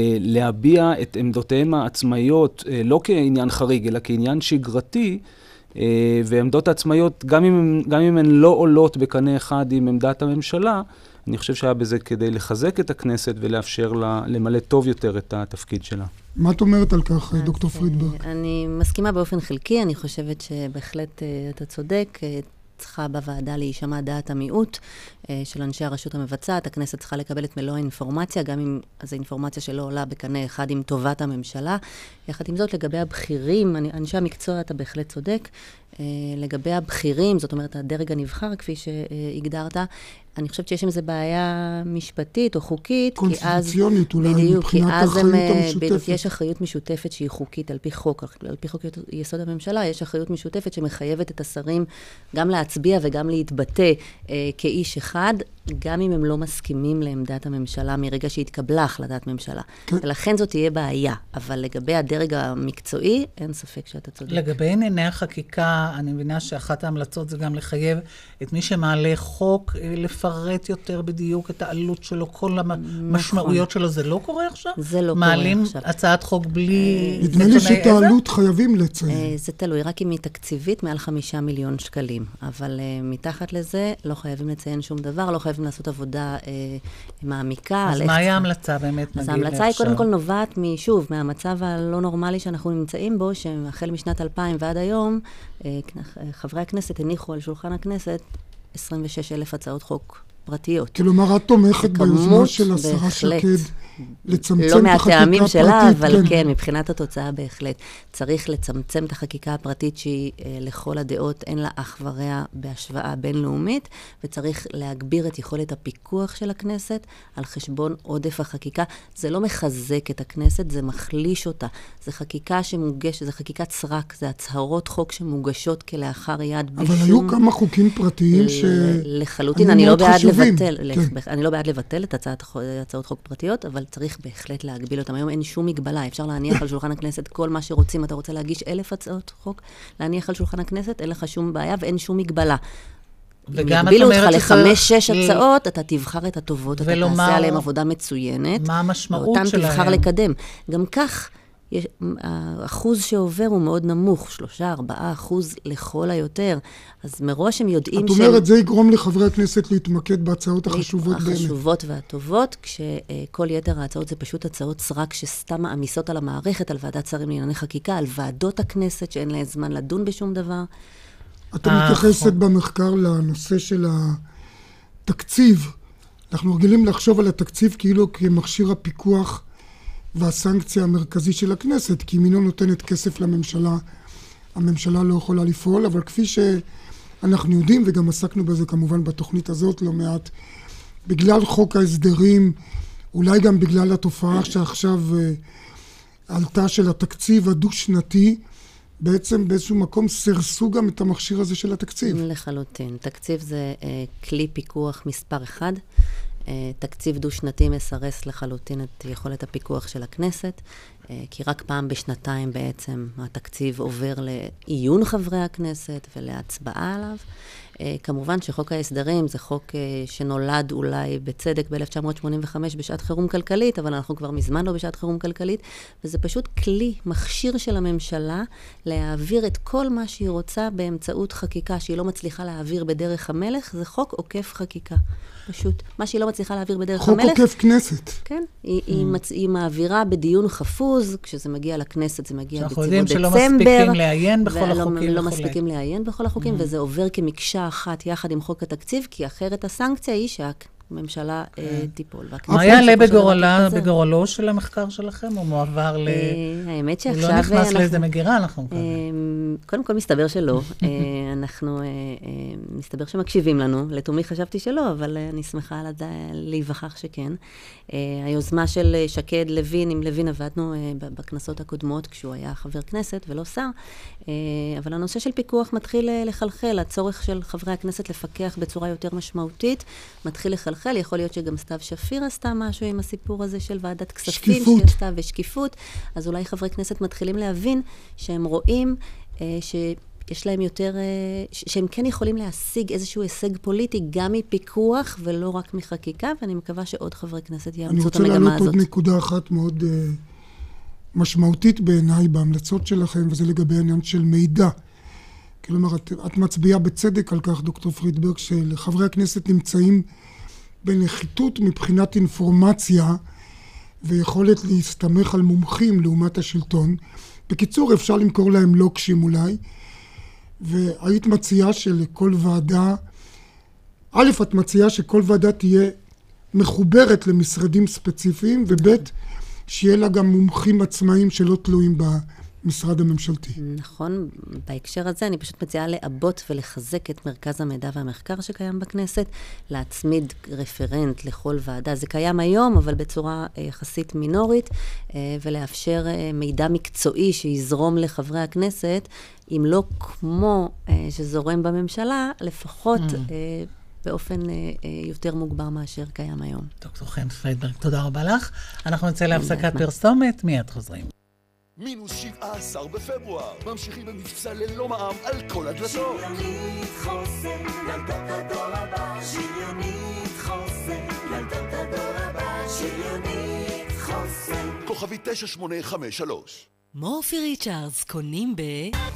להביע את עמדותיהם העצמאיות, לא כעניין חריג, אלא כעניין שגרתי, ועמדות העצמאיות, גם אם, גם אם הן לא עולות בקנה אחד עם עמדת הממשלה, אני חושב שהיה בזה כדי לחזק את הכנסת ולאפשר לה למלא טוב יותר את התפקיד שלה. מה את אומרת על כך, דוקטור פרידברג? אני מסכימה באופן חלקי, אני חושבת שבהחלט אתה צודק. צריכה בוועדה להישמע דעת המיעוט של אנשי הרשות המבצעת. הכנסת צריכה לקבל את מלוא האינפורמציה, גם אם זו אינפורמציה שלא עולה בקנה אחד עם טובת הממשלה. יחד עם זאת, לגבי הבכירים, אנשי המקצוע, אתה בהחלט צודק. לגבי הבכירים, זאת אומרת, הדרג הנבחר, כפי שהגדרת, אני חושבת שיש עם זה בעיה משפטית או חוקית. קונסטיטוציונית אולי, מבחינת האחריות המשותפת. יש אחריות משותפת שהיא חוקית על פי חוק, על פי חוק יסוד הממשלה, יש אחריות משותפת שמחייבת את השרים גם להצביע וגם להתבטא אה, כאיש אחד, גם אם הם לא מסכימים לעמדת הממשלה מרגע שהתקבלה החלטת ממשלה. כן. ולכן זאת תהיה בעיה. אבל לגבי הדרג המקצועי, אין ספק שאתה צודק. לגבי ענייני החקיקה, אני מבינה שאחת ההמלצות זה גם לחייב את מי שמעלה חוק, לפרט יותר בדיוק את העלות שלו, כל המשמעויות נכון. שלו. זה לא קורה עכשיו? זה לא מעלים קורה עכשיו. מעלים הצעת חוק בלי... נדמה לי שאת העלות חייבים לציין. זה תלוי, רק אם היא תקציבית מעל חמישה מיליון שקלים. אבל מתחת לזה לא חייבים לציין שום דבר, לא חייבים לעשות עבודה מעמיקה. אז מה היה ההמלצה באמת? אז ההמלצה היא קודם כל נובעת משוב, מהמצב הלא נורמלי שאנחנו נמצאים בו, שהחל משנת אלפיים ועד היום, חברי הכנסת הניחו על שולחן הכנסת עשרים ושש אלף הצעות חוק פרטיות. כלומר, את תומכת ביוזמה של השרה שקד לצמצם את החקיקה הפרטית. לא מהטעמים שלה, אבל כן, מבחינת התוצאה בהחלט. צריך לצמצם את החקיקה הפרטית שהיא לכל הדעות, אין לה אח ורע בהשוואה בינלאומית, וצריך להגביר את יכולת הפיקוח של הכנסת על חשבון עודף החקיקה. זה לא מחזק את הכנסת, זה מחליש אותה. זה חקיקה שמוגשת, זה חקיקת סרק, זה הצהרות חוק שמוגשות כלאחר יד בשום... אבל היו כמה חוקים פרטיים ש... לחלוטין, אני לא בעד לבטל, אני לא בעד לבטל את הצעות חוק פרטיות, אבל צריך בהחלט להגביל אותם. היום אין שום מגבלה, אפשר להניח על שולחן הכנסת כל מה שרוצים. אתה רוצה להגיש אלף הצעות חוק, להניח על שולחן הכנסת, אין לך שום בעיה ואין שום מגבלה. אם יגבילו אותך לחמש, שש הצעות, אתה תבחר את הטובות, אתה תעשה עליהם עבודה מצוינת. מה המשמעות שלהם? ואותן תבחר לקדם. גם כך, האחוז שעובר הוא מאוד נמוך, שלושה, ארבעה אחוז לכל היותר. אז מראש הם יודעים שהם... את אומרת, זה יגרום לחברי הכנסת להתמקד בהצעות החשובות באמת. החשובות והטובות, כשכל יתר ההצעות זה פשוט הצעות סרק שסתם מעמיסות על המערכת, על ועדת שרים לענייני חקיקה, על ועדות הכנסת שאין להן זמן לדון בשום דבר. אתה מתייחסת במחקר לנושא של התקציב. אנחנו רגילים לחשוב על התקציב כאילו כמכשיר הפיקוח והסנקציה המרכזית של הכנסת, כי אם היא לא נותנת כסף לממשלה, הממשלה לא יכולה לפעול, אבל כפי שאנחנו יודעים, וגם עסקנו בזה כמובן בתוכנית הזאת לא מעט, בגלל חוק ההסדרים, אולי גם בגלל התופעה שעכשיו עלתה של התקציב הדו-שנתי, בעצם באיזשהו מקום סרסו גם את המכשיר הזה של התקציב. לחלוטין. תקציב זה אה, כלי פיקוח מספר אחד. תקציב דו-שנתי מסרס לחלוטין את יכולת הפיקוח של הכנסת, כי רק פעם בשנתיים בעצם התקציב עובר לעיון חברי הכנסת ולהצבעה עליו. כמובן שחוק ההסדרים זה חוק שנולד אולי בצדק ב-אלף תשע מאות שמונים וחמש בשעת חירום כלכלית, אבל אנחנו כבר מזמן לא בשעת חירום כלכלית, וזה פשוט כלי, מכשיר של הממשלה להעביר את כל מה שהיא רוצה באמצעות חקיקה שהיא לא מצליחה להעביר בדרך המלך, זה חוק עוקף חקיקה. פשוט, מה שהיא לא מצליחה להעביר בדרך חוק המלך... חוק עוקף כנסת. כן, היא, היא, מצ... היא מעבירה בדיון חפוז, כשזה מגיע לכנסת זה מגיע בצבוע דצמבר. שאנחנו יודעים שלא מספיקים לעיין בכל החוקים. לא מספיקים לעיין בכל החוקים, וזה עובר כמקשה אחת יחד עם חוק התקציב, כי אחרת הסנקציה היא שהממשלה תיפול. מה יעלה בגורלו של המחקר שלכם? הוא מועבר ל... האמת שעכשיו... הוא לא נכנס לאיזה מגירה, אנחנו מקווים. קודם כל מסתבר שלא. אנחנו, מסתבר שמקשיבים לנו. לתומי חשבתי שלא, אבל אני שמחה להיווכח שכן. היוזמה של שקד לוין, עם לוין עבדנו בכנסות הקודמות, כשהוא היה חבר כנסת ולא שר, אבל הנושא של פיקוח מתחיל לחלחל. הצורך של חברי הכנסת לפקח בצורה יותר משמעותית, מתחיל לחלחל. יכול להיות שגם סתיו שפיר עשתה משהו עם הסיפור הזה של ועדת כספים, שקיפות. שעשתה ושקיפות. אז אולי חברי כנסת מתחילים להבין שהם רואים ש... יש להם יותר, שהם כן יכולים להשיג איזשהו הישג פוליטי, גם מפיקוח ולא רק מחקיקה, ואני מקווה שעוד חברי כנסת יאמצו את המגמה הזאת. אני רוצה להעלות עוד נקודה אחת מאוד uh, משמעותית בעיניי בהמלצות שלכם, וזה לגבי העניין של מידע. כלומר, את, את מצביעה בצדק על כך, דוקטור פרידברג, שלחברי הכנסת נמצאים בנחיתות מבחינת אינפורמציה ויכולת להסתמך על מומחים לעומת השלטון. בקיצור, אפשר למכור להם לוקשים אולי, והיית מציעה שלכל ועדה, א', את מציעה שכל ועדה תהיה מחוברת למשרדים ספציפיים, וב', שיהיה לה גם מומחים עצמאיים שלא תלויים במשרד הממשלתי. נכון, בהקשר הזה אני פשוט מציעה לעבות ולחזק את מרכז המידע והמחקר שקיים בכנסת, להצמיד רפרנט לכל ועדה. זה קיים היום, אבל בצורה יחסית מינורית, ולאפשר מידע מקצועי שיזרום לחברי הכנסת, אם לא כמו שזורם בממשלה, לפחות באופן יותר מוגבר מאשר קיים היום. דוקטור חן פרידברג, תודה רבה לך. אנחנו נצא להפסקת פרסומת, מיד חוזרים. מינוס שבעה עשר בפברואר, ממשיכים במבצע ללא מע"מ על כל הדלתות. שריונית חוסן, ילדות הדור הבא, שריונית חוסן, ילדות הדור הבא, שריונית חוסן. כוכבי תשע שמונה חמש שלוש. מורפי ריצ'רדס קונים ב...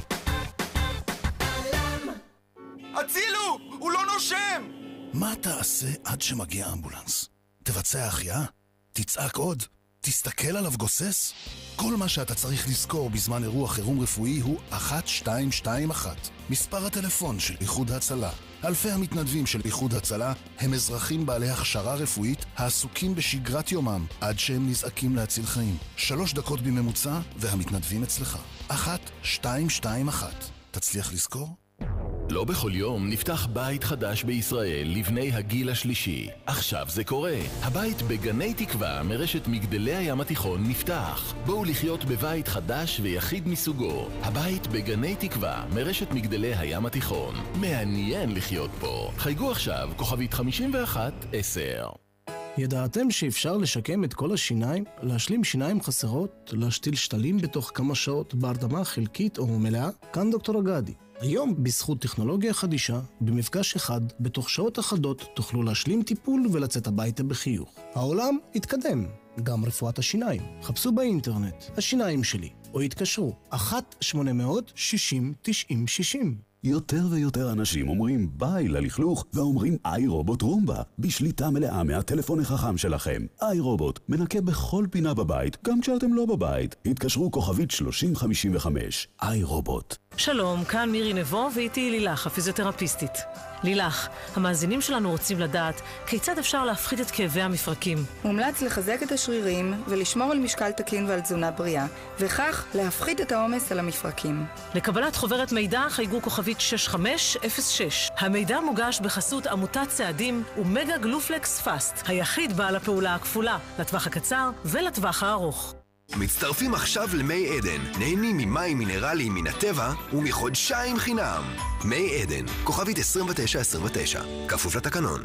הצילו! הוא לא נושם! מה תעשה עד שמגיע אמבולנס? תבצע החייאה? תצעק עוד? תסתכל עליו גוסס? כל מה שאתה צריך לזכור בזמן אירוע חירום רפואי הוא אחת שתיים שתיים אחת. מספר הטלפון של איחוד הצלה. אלפי המתנדבים של איחוד הצלה הם אזרחים בעלי הכשרה רפואית העסוקים בשגרת יומם עד שהם נזעקים להציל חיים. שלוש דקות בממוצע והמתנדבים אצלך. אחת שתיים שתיים אחת. תצליח לזכור? לא בכל יום נפתח בית חדש בישראל לבני הגיל השלישי. עכשיו זה קורה. הבית בגני תקווה מרשת מגדלי הים התיכון נפתח. בואו לחיות בבית חדש ויחיד מסוגו. הבית בגני תקווה מרשת מגדלי הים התיכון. מעניין לחיות פה. חייגו עכשיו כוכבית חמישים ואחת עשר. ידעתם שאפשר לשקם את כל השיניים, להשלים שיניים חסרות, להשתיל שתלים בתוך כמה שעות בהרדמה חלקית או מלאה? כאן דוקטור אגדי. היום, בזכות טכנולוגיה חדישה, במפגש אחד, בתוך שעות אחדות, תוכלו להשלים טיפול ולצאת הביתה בחיוך. העולם התקדם, גם רפואת השיניים. חפשו באינטרנט, השיניים שלי, או התקשרו, אחת שמונה אפס אפס שישים תשעים שישים. יותר ויותר אנשים אומרים ביי ללכלוך ואומרים איי רובוט רומבה בשליטה מלאה מהטלפון החכם שלכם. איי רובוט מנקה בכל פינה בבית, גם כשאתם לא בבית. התקשרו כוכבית שלושים חמישים וחמש. איי רובוט. שלום, כאן מירי נבו ואיתי לילך, הפיזיותרפיסטית. לילך, המאזינים שלנו רוצים לדעת כיצד אפשר להפחית את כאבי המפרקים. מומלץ לחזק את השרירים ולשמור על משקל תקין ועל תזונה בריאה, וכך להפחית את העומס על המפרקים. לקבלת חוברת מידע חייגו כוכבית שש חמש אפס שש. המידע מוגש בחסות עמותת צעדים ומגה גלופלקס פאסט, היחיד בעל הפעולה הכפולה, לטווח הקצר ולטווח הארוך. מצטרפים עכשיו למי עדן, נהנים ממים מינרליים מן הטבע ומחודשיים חינם. מי עדן, כוכבית עשרים ותשע עשרים ותשע, כפוף לתקנון.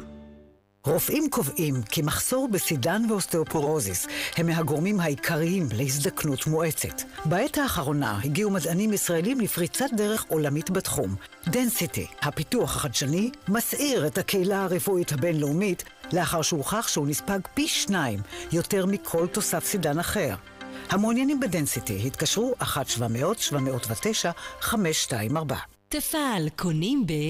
רופאים קובעים כי מחסור בסידן ואוסטאופורוזיס הם מהגורמים העיקריים להזדקנות מואצת. בעת האחרונה הגיעו מדענים ישראלים לפריצת דרך עולמית בתחום. דנסיטי, הפיתוח החדשני, מסעיר את הקהילה הרפואית הבינלאומית לאחר שהוכח שהוא נספג פי שניים יותר מכל תוסף סידן אחר. המעוניינים בדנסיטי התקשרו אחת שבע מאות שבע מאות ותשע חמש שתיים ארבע. תפעל, קונים ב...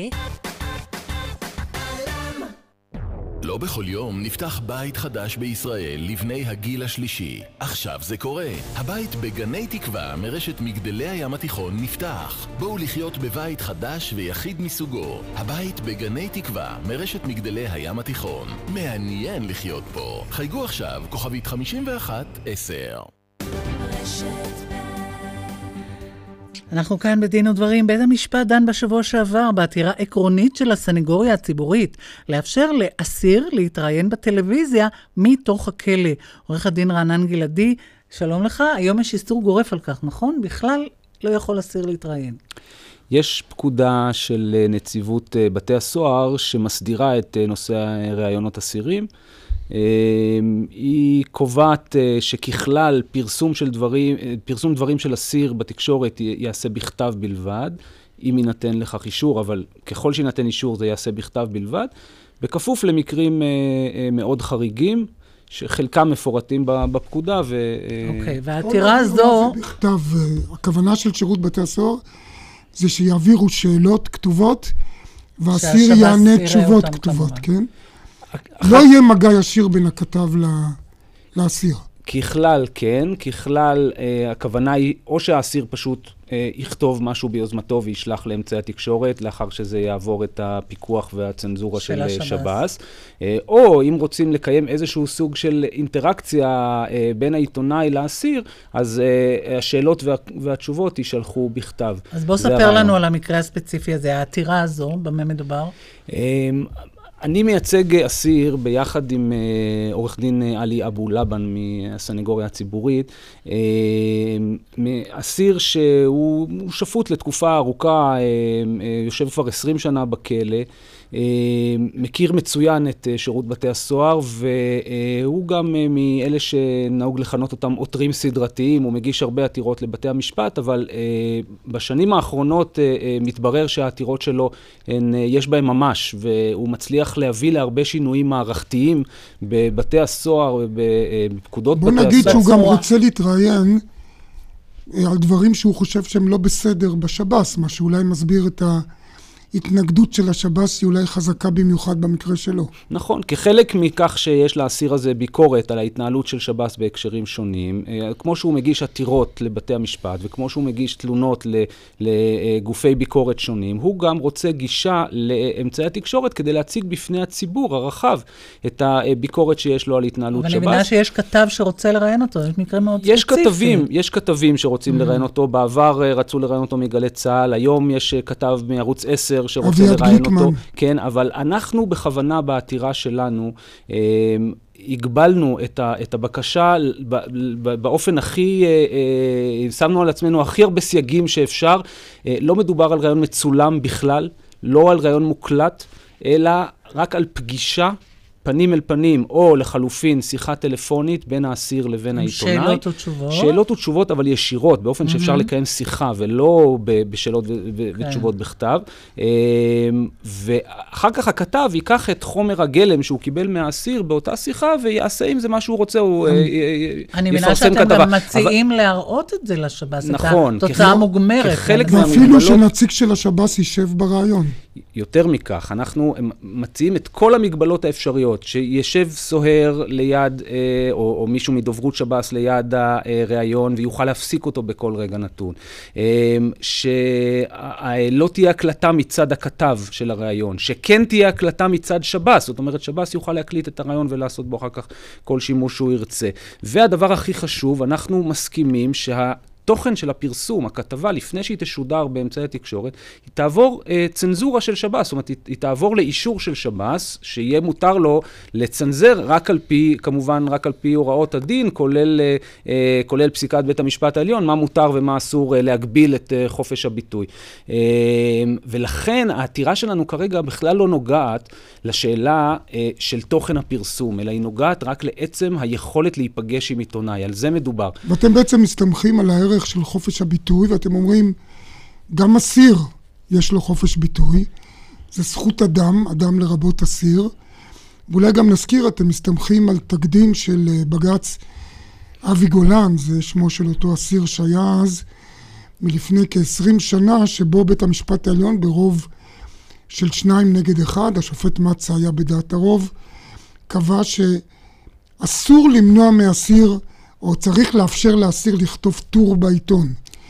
לא בכל יום נפתח בית חדש בישראל לבני הגיל השלישי. עכשיו זה קורה. הבית בגני תקווה מרשת מגדלי הים התיכון נפתח. בואו לחיות בבית חדש ויחיד מסוגו. הבית בגני תקווה מרשת מגדלי הים התיכון. מעניין לחיות פה. חייגו עכשיו כוכבית חמישים ואחת עשר. אנחנו כאן בדין ודברים. בית המשפט דן בשבוע שעבר בעתירה עקרונית של הסנגוריה הציבורית לאפשר לאסיר להתראיין בטלוויזיה מתוך הכלא. עורך הדין רענן גלעדי, שלום לך. היום יש איסור גורף על כך, נכון? בכלל לא יכול אסיר להתראיין. יש פקודה של נציבות בתי הסוהר שמסדירה את נושא ראיונות אסירים. היא קובעת שככלל פרסום של דברים, פרסום דברים של אסיר בתקשורת יעשה בכתב בלבד, אם יינתן לכך אישור, אבל ככל שיינתן אישור זה יעשה בכתב בלבד, בכפוף למקרים מאוד חריגים, שחלקם מפורטים בפקודה. אוקיי, והעתירה הזו... בכתב, הכוונה של שירות בתי הסוהר זה שיעבירו שאלות כתובות, והאסיר יענה תשובות כתובות, כן? לא יהיה מגע ישיר בין הכתב לאסיר. ככלל כן, ככלל אה, הכוונה היא או שהאסיר פשוט אה, יכתוב משהו ביוזמתו וישלח לאמצעי התקשורת לאחר שזה יעבור את הפיקוח והצנזורה של, של שב"ס, אה, או אם רוצים לקיים איזשהו סוג של אינטראקציה אה, בין העיתונאי לאסיר, אז אה, השאלות וה, והתשובות יישלחו בכתב. אז בוא ספר לנו על המקרה הספציפי הזה, העתירה הזו, במה מדובר? אה, אני מייצג אסיר ביחד עם uh, עורך דין uh, עלי אבו לבן מהסנגוריה הציבורית, uh, אסיר שהוא שפוט לתקופה ארוכה, uh, uh, יושב כבר עשרים שנה בכלא, uh, מכיר מצוין את uh, שירות בתי הסוהר, והוא uh, גם uh, מאלה שנהוג לכנות אותם עותרים סדרתיים, הוא מגיש הרבה עתירות לבתי המשפט, אבל uh, בשנים האחרונות uh, uh, מתברר שהעתירות שלו, הן, uh, יש בהם ממש, והוא מצליח להביא להרבה שינויים מערכתיים בבתי הסוהר ובפקודות בתי הסוהר. בוא נגיד שהוא גם רוצה להתראיין על דברים שהוא חושב שהם לא בסדר בשב"ס, מה שאולי מסביר את ההתנגדות של השב"ס, היא אולי חזקה במיוחד במקרה שלו. נכון, כחלק מכך שיש לאסיר הזה ביקורת על ההתנהלות של שב"ס בהקשרים שונים, כמו שהוא מגיש עתירות לבתי המשפט, וכמו שהוא מגיש תלונות לגופי ביקורת שונים, הוא גם רוצה גישה לאמצעי התקשורת כדי להציג בפני הציבור הרחב את הביקורת שיש לו על התנהלות שב"ס. אבל אני מבינה שיש כתב שרוצה לראיין אותו, יש מקרה מאוד יש ספציפי. כתבים, יש כתבים שרוצים לראיין אותו, בעבר רצו לראיין אותו מגלי צה"ל, היום יש כתב מערוץ עשר שרוצה לראיין אותו. כן, אבל אנחנו בכוונה בעתירה שלנו, אה, הגבלנו את, ה, את הבקשה ב, ב, באופן הכי, אה, אה, שמנו על עצמנו הכי הרבה סייגים שאפשר. אה, לא מדובר על רעיון מצולם בכלל, לא על רעיון מוקלט, אלא רק על פגישה פנים אל פנים, או לחלופין שיחה טלפונית בין האסיר לבין העיתונאי. שאלות ותשובות. שאלות ותשובות, אבל ישירות, באופן שאפשר לקיים שיחה, ולא בשאלות ותשובות בכתב. ואחר כך הכתב ייקח את חומר הגלם שהוא קיבל מהאסיר באותה שיחה, ויעשה עם זה מה שהוא רוצה, הוא יפרסם כתבה. אני מבינה שאתם גם מציעים להראות את זה לשב"ס, נכון, את התוצאה המוגמרת. ואפילו שנציג של השב"ס יישב ברעיון. יותר מכך, אנחנו מציעים את כל המגבלות האפשריות, שישב סוהר ליד, או, או מישהו מדוברות שב"ס ליד הרעיון, ויוכל להפסיק אותו בכל רגע נתון. שלא תהיה הקלטה מצד הכתב של הרעיון, שכן תהיה הקלטה מצד שב"ס, זאת אומרת, שב"ס יוכל להקליט את הרעיון ולעשות בו אחר כך כל שימוש שהוא ירצה. והדבר הכי חשוב, אנחנו מסכימים שה... תוכן של הפרסום, הכתבה, לפני שהיא תשודר באמצעי התקשורת, היא תעבור אה, צנזורה של שב"ס, זאת אומרת, היא, היא תעבור לאישור של שב"ס, שיהיה מותר לו לצנזר רק על פי, כמובן, רק על פי הוראות הדין, כולל, אה, כולל פסיקת בית המשפט העליון, מה מותר ומה אסור אה, להגביל את אה, חופש הביטוי. אה, ולכן, העתירה שלנו כרגע בכלל לא נוגעת לשאלה אה, של תוכן הפרסום, אלא היא נוגעת רק לעצם היכולת להיפגש עם עיתונאי, על זה מדובר. ואתם בעצם מסתמכים על הערך של חופש הביטוי, ואתם אומרים, גם אסיר יש לו חופש ביטוי, זה זכות אדם, אדם לרבות אסיר, ואולי גם נזכיר, אתם מסתמכים על תקדים של בג"ץ אבי גולן, זה שמו של אותו אסיר שהיה אז, מלפני כ-עשרים שנה, שבו בית המשפט העליון ברוב של שניים נגד אחד, השופט מצא היה בדעת הרוב, קבע שאסור למנוע מאסיר או צריך לאפשר לאסיר לכתוב טור בעיתון.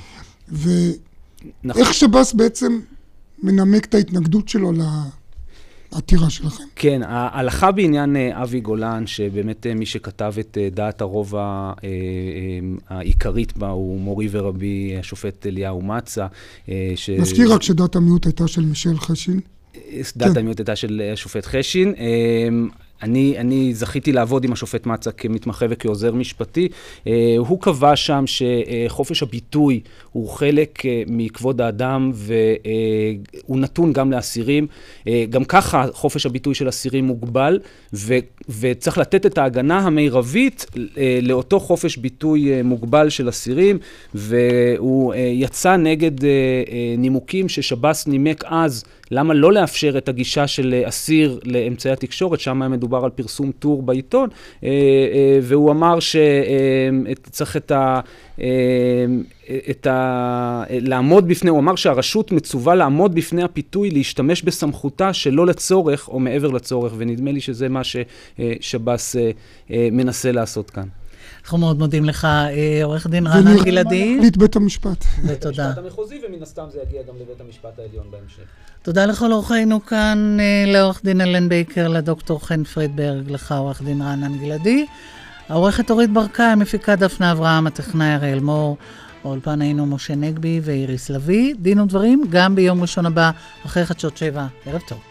ואיך שב"ס בעצם מנמק את ההתנגדות שלו לעתירה שלכם? כן, ההלכה בעניין אבי גולן, שבאמת מי שכתב את דעת הרוב העיקרית בה הוא מורי ורבי השופט אליהו מצא. נזכיר רק שדעת המיעוט הייתה של מישל חשין. דעת המיעוט הייתה של השופט חשין. אני, אני זכיתי לעבוד עם השופט מצא כמתמחה וכעוזר משפטי. הוא קבע שם שחופש הביטוי הוא חלק מכבוד האדם והוא נתון גם לאסירים. גם ככה חופש הביטוי של אסירים מוגבל ו, וצריך לתת את ההגנה המרבית לאותו חופש ביטוי מוגבל של אסירים, והוא יצא נגד נימוקים ששב"ס נימק אז למה לא לאפשר את הגישה של אסיר לאמצעי התקשורת, שם מדובר על פרסום טור בעיתון, והוא אמר שצריך את ה... את ה... לעמוד בפני, הוא אמר שהרשות מצווה לעמוד בפני הפיתוי, להשתמש בסמכותה שלא לצורך או מעבר לצורך, ונדמה לי שזה מה ששב"ס מנסה לעשות כאן. אנחנו מאוד מודים לך, עורך דין רענן גלעדי. להחליט בית המשפט. ותודה. המשפט המחוזי, ומן הסתם זה יגיע גם לבית המשפט העליון בהמשך. תודה לכל אורחינו כאן, לעורך דין אלן בייקר, לדוקטור חן פרידברג, לך עורך דין רענן גלעדי. העורכת אורית ברקאי, המפיקה דפנה אברהם, הטכנאי אריאל מור, באולפן היינו משה נגבי ואיריס לוי. דין ודברים גם ביום ראשון הבא, אחרי חדשות שבע. ערב טוב.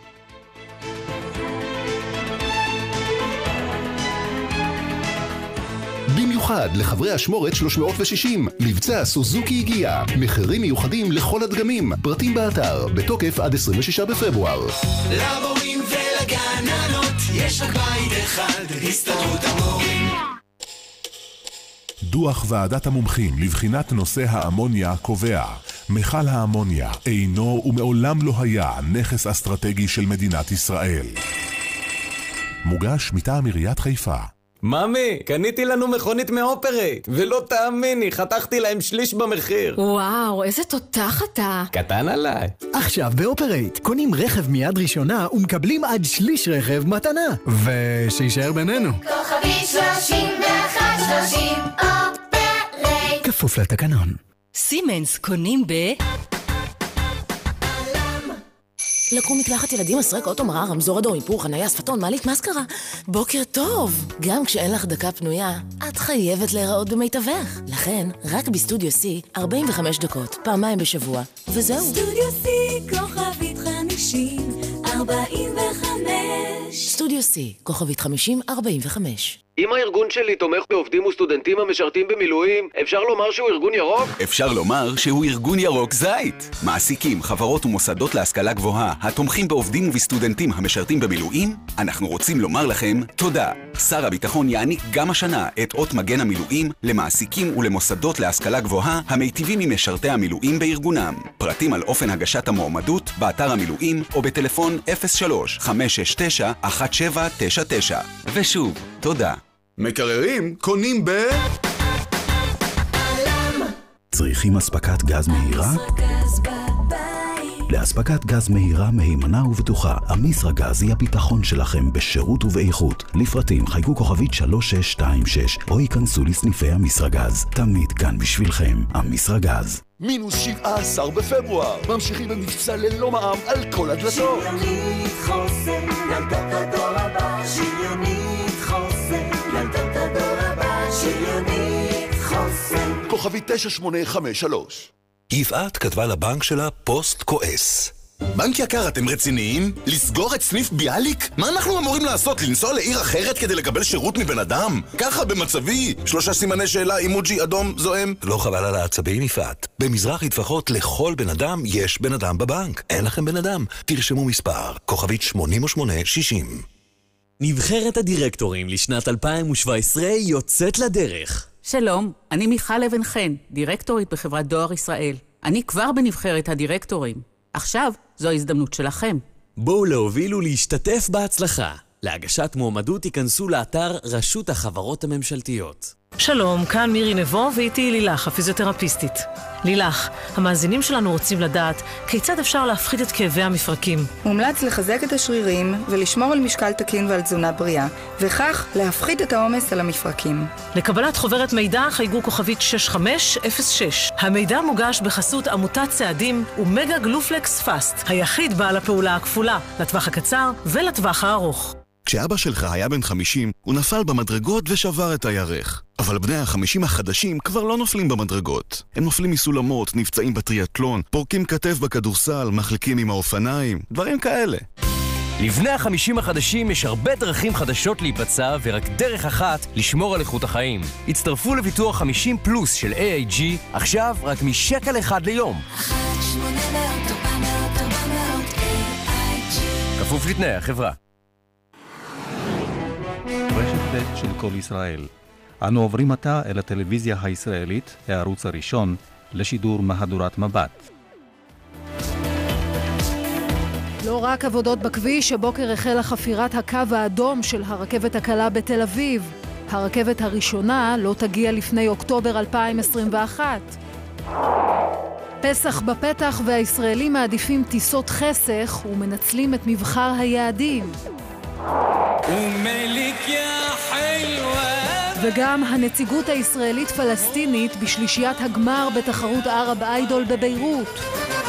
במיוחד לחברי אשמורת שלוש מאות ושישים, מבצע סוזוקי הגיע, מחירים מיוחדים לכל הדגמים, פרטים באתר, בתוקף עד עשרים ושישה בפברואר. למורים ולגננות יש רק בית אחד, הסתדרות המורים. דוח ועדת המומחים לבחינת נושא האמוניה קובע, מכל האמוניה אינו ומעולם לא היה נכס אסטרטגי של מדינת ישראל. מוגש מטעם עיריית חיפה. ממי, קניתי לנו מכונית מאופרייט, ולא תאמיני, חתכתי להם שליש במחיר. וואו, איזה תותח אתה. קטן עליי. עכשיו באופרייט, קונים רכב מיד ראשונה ומקבלים עד שליש רכב מתנה. ושישאר בינינו. כוכבי שלושים ואחת שלושים, אופרייט. כפוף לתקנון. סימנס קונים ב... לקום מקלחת ילדים, מסרק, אוטו, מראה, רמזור אדום, איפור, חניה, שפתון, מעלית, מסקרה. בוקר טוב. גם כשאין לך דקה פנויה, את חייבת להיראות במיטבך. לכן, רק בסטודיו סי, ארבעים וחמש דקות, פעמיים בשבוע, וזהו. סטודיו סי, כוכבית חמישים, ארבעים וחמש. סטודיו סי, כוכבית חמישים, ארבעים וחמש. אם הארגון שלי תומך בעובדים וסטודנטים המשרתים במילואים, אפשר לומר שהוא ארגון ירוק? אפשר לומר שהוא ארגון ירוק זית. מעסיקים, חברות ומוסדות להשכלה גבוהה, התומכים בעובדים ובסטודנטים המשרתים במילואים, אנחנו רוצים לומר לכם תודה. שר הביטחון יעניק גם השנה את אות מגן המילואים למעסיקים ולמוסדות להשכלה גבוהה המיטיבים עם משרתי המילואים בארגונם. פרטים על אופן הגשת המועמדות באתר המילואים או בטלפון אפס שלוש חמש שש תשע אחת שבע תשע תשע. ושוב, תודה. מקררים קונים ב... צריכים אספקת גז מהירה? לאספקת גז מהירה, מהימנה ובטוחה, אמיסרגז היא הביטחון שלכם בשירות ובאיכות. לפרטים חייגו כוכבית שלוש שש שתיים שש או ייכנסו לסניפי אמיסרגז. תמיד כאן בשבילכם, אמיסרגז. מינוס שבעה עשר בפברואר. ממשיכים במבצע ללא מע"מ על כל הדלתות. שוויונית חוסן, ילדת הדור הבא. שוויונית חוסן, ילדת הדור הבא. שוויונית חוסן. כוכבית תשע שמונה חמש שלוש. יפעת כתבה לבנק שלה פוסט כועס. בנק יקר, אתם רציניים? לסגור את סניף ביאליק? מה אנחנו אמורים לעשות? לנסוע לעיר אחרת כדי לקבל שירות מבן אדם? ככה במצבי? שלושה סימני שאלה, אימוג'י אדום זוהם? לא חבל על העצבים, יפעת. במזרח לפחות לכל בן אדם יש בן אדם בבנק. אין לכם בן אדם? תרשמו מספר, כוכבית שמונים ושמונה שישים. נבחרת הדירקטורים לשנת אלפיים שבע עשרה יוצאת לדרך. שלום, אני מיכל אבן חן, דירקטורית בחברת דואר ישראל. אני כבר בנבחרת הדירקטורים. עכשיו זו ההזדמנות שלכם. בואו להוביל ולהשתתף בהצלחה. להגשת מועמדות ייכנסו לאתר רשות החברות הממשלתיות. שלום, כאן מירי נבו ואיתי לילך, הפיזיותרפיסטית. לילך, המאזינים שלנו רוצים לדעת כיצד אפשר להפחית את כאבי המפרקים. מומלץ לחזק את השרירים ולשמור על משקל תקין ועל תזונה בריאה, וכך להפחית את העומס על המפרקים. לקבלת חוברת מידע חייגו כוכבית שש חמש אפס שש. המידע מוגש בחסות עמותת צעדים ומגה גלופלקס פאסט, היחיד בעל הפעולה הכפולה, לטווח הקצר ולטווח הארוך. כשאבא שלך היה בן חמישים, הוא נפל במדרגות ושבר את הירך. אבל בני החמישים החדשים כבר לא נופלים במדרגות. הם נופלים מסולמות, נפצעים בטריאטלון, פורקים כתף בכדורסל, מחליקים עם האופניים, דברים כאלה. לבני החמישים החדשים יש הרבה דרכים חדשות להיפצע, ורק דרך אחת לשמור על איכות החיים. הצטרפו לביטוח חמישים פלוס של איי איי ג'י, עכשיו רק משקל אחד ליום. כפוף לתנאי החברה. רשת ב' של כל ישראל. אנו עוברים עתה אל הטלוויזיה הישראלית, הערוץ הראשון, לשידור מהדורת מבט. לא רק עבודות בכביש, הבוקר החלה חפירת הקו האדום של הרכבת הקלה בתל אביב. הרכבת הראשונה לא תגיע לפני אוקטובר אלפיים עשרים ואחת. פסח בפתח והישראלים מעדיפים טיסות חסך ומנצלים את מבחר היעדים. וגם הנציגות הישראלית פלסטינית בשלישיית הגמר בתחרות ערב איידול בביירות.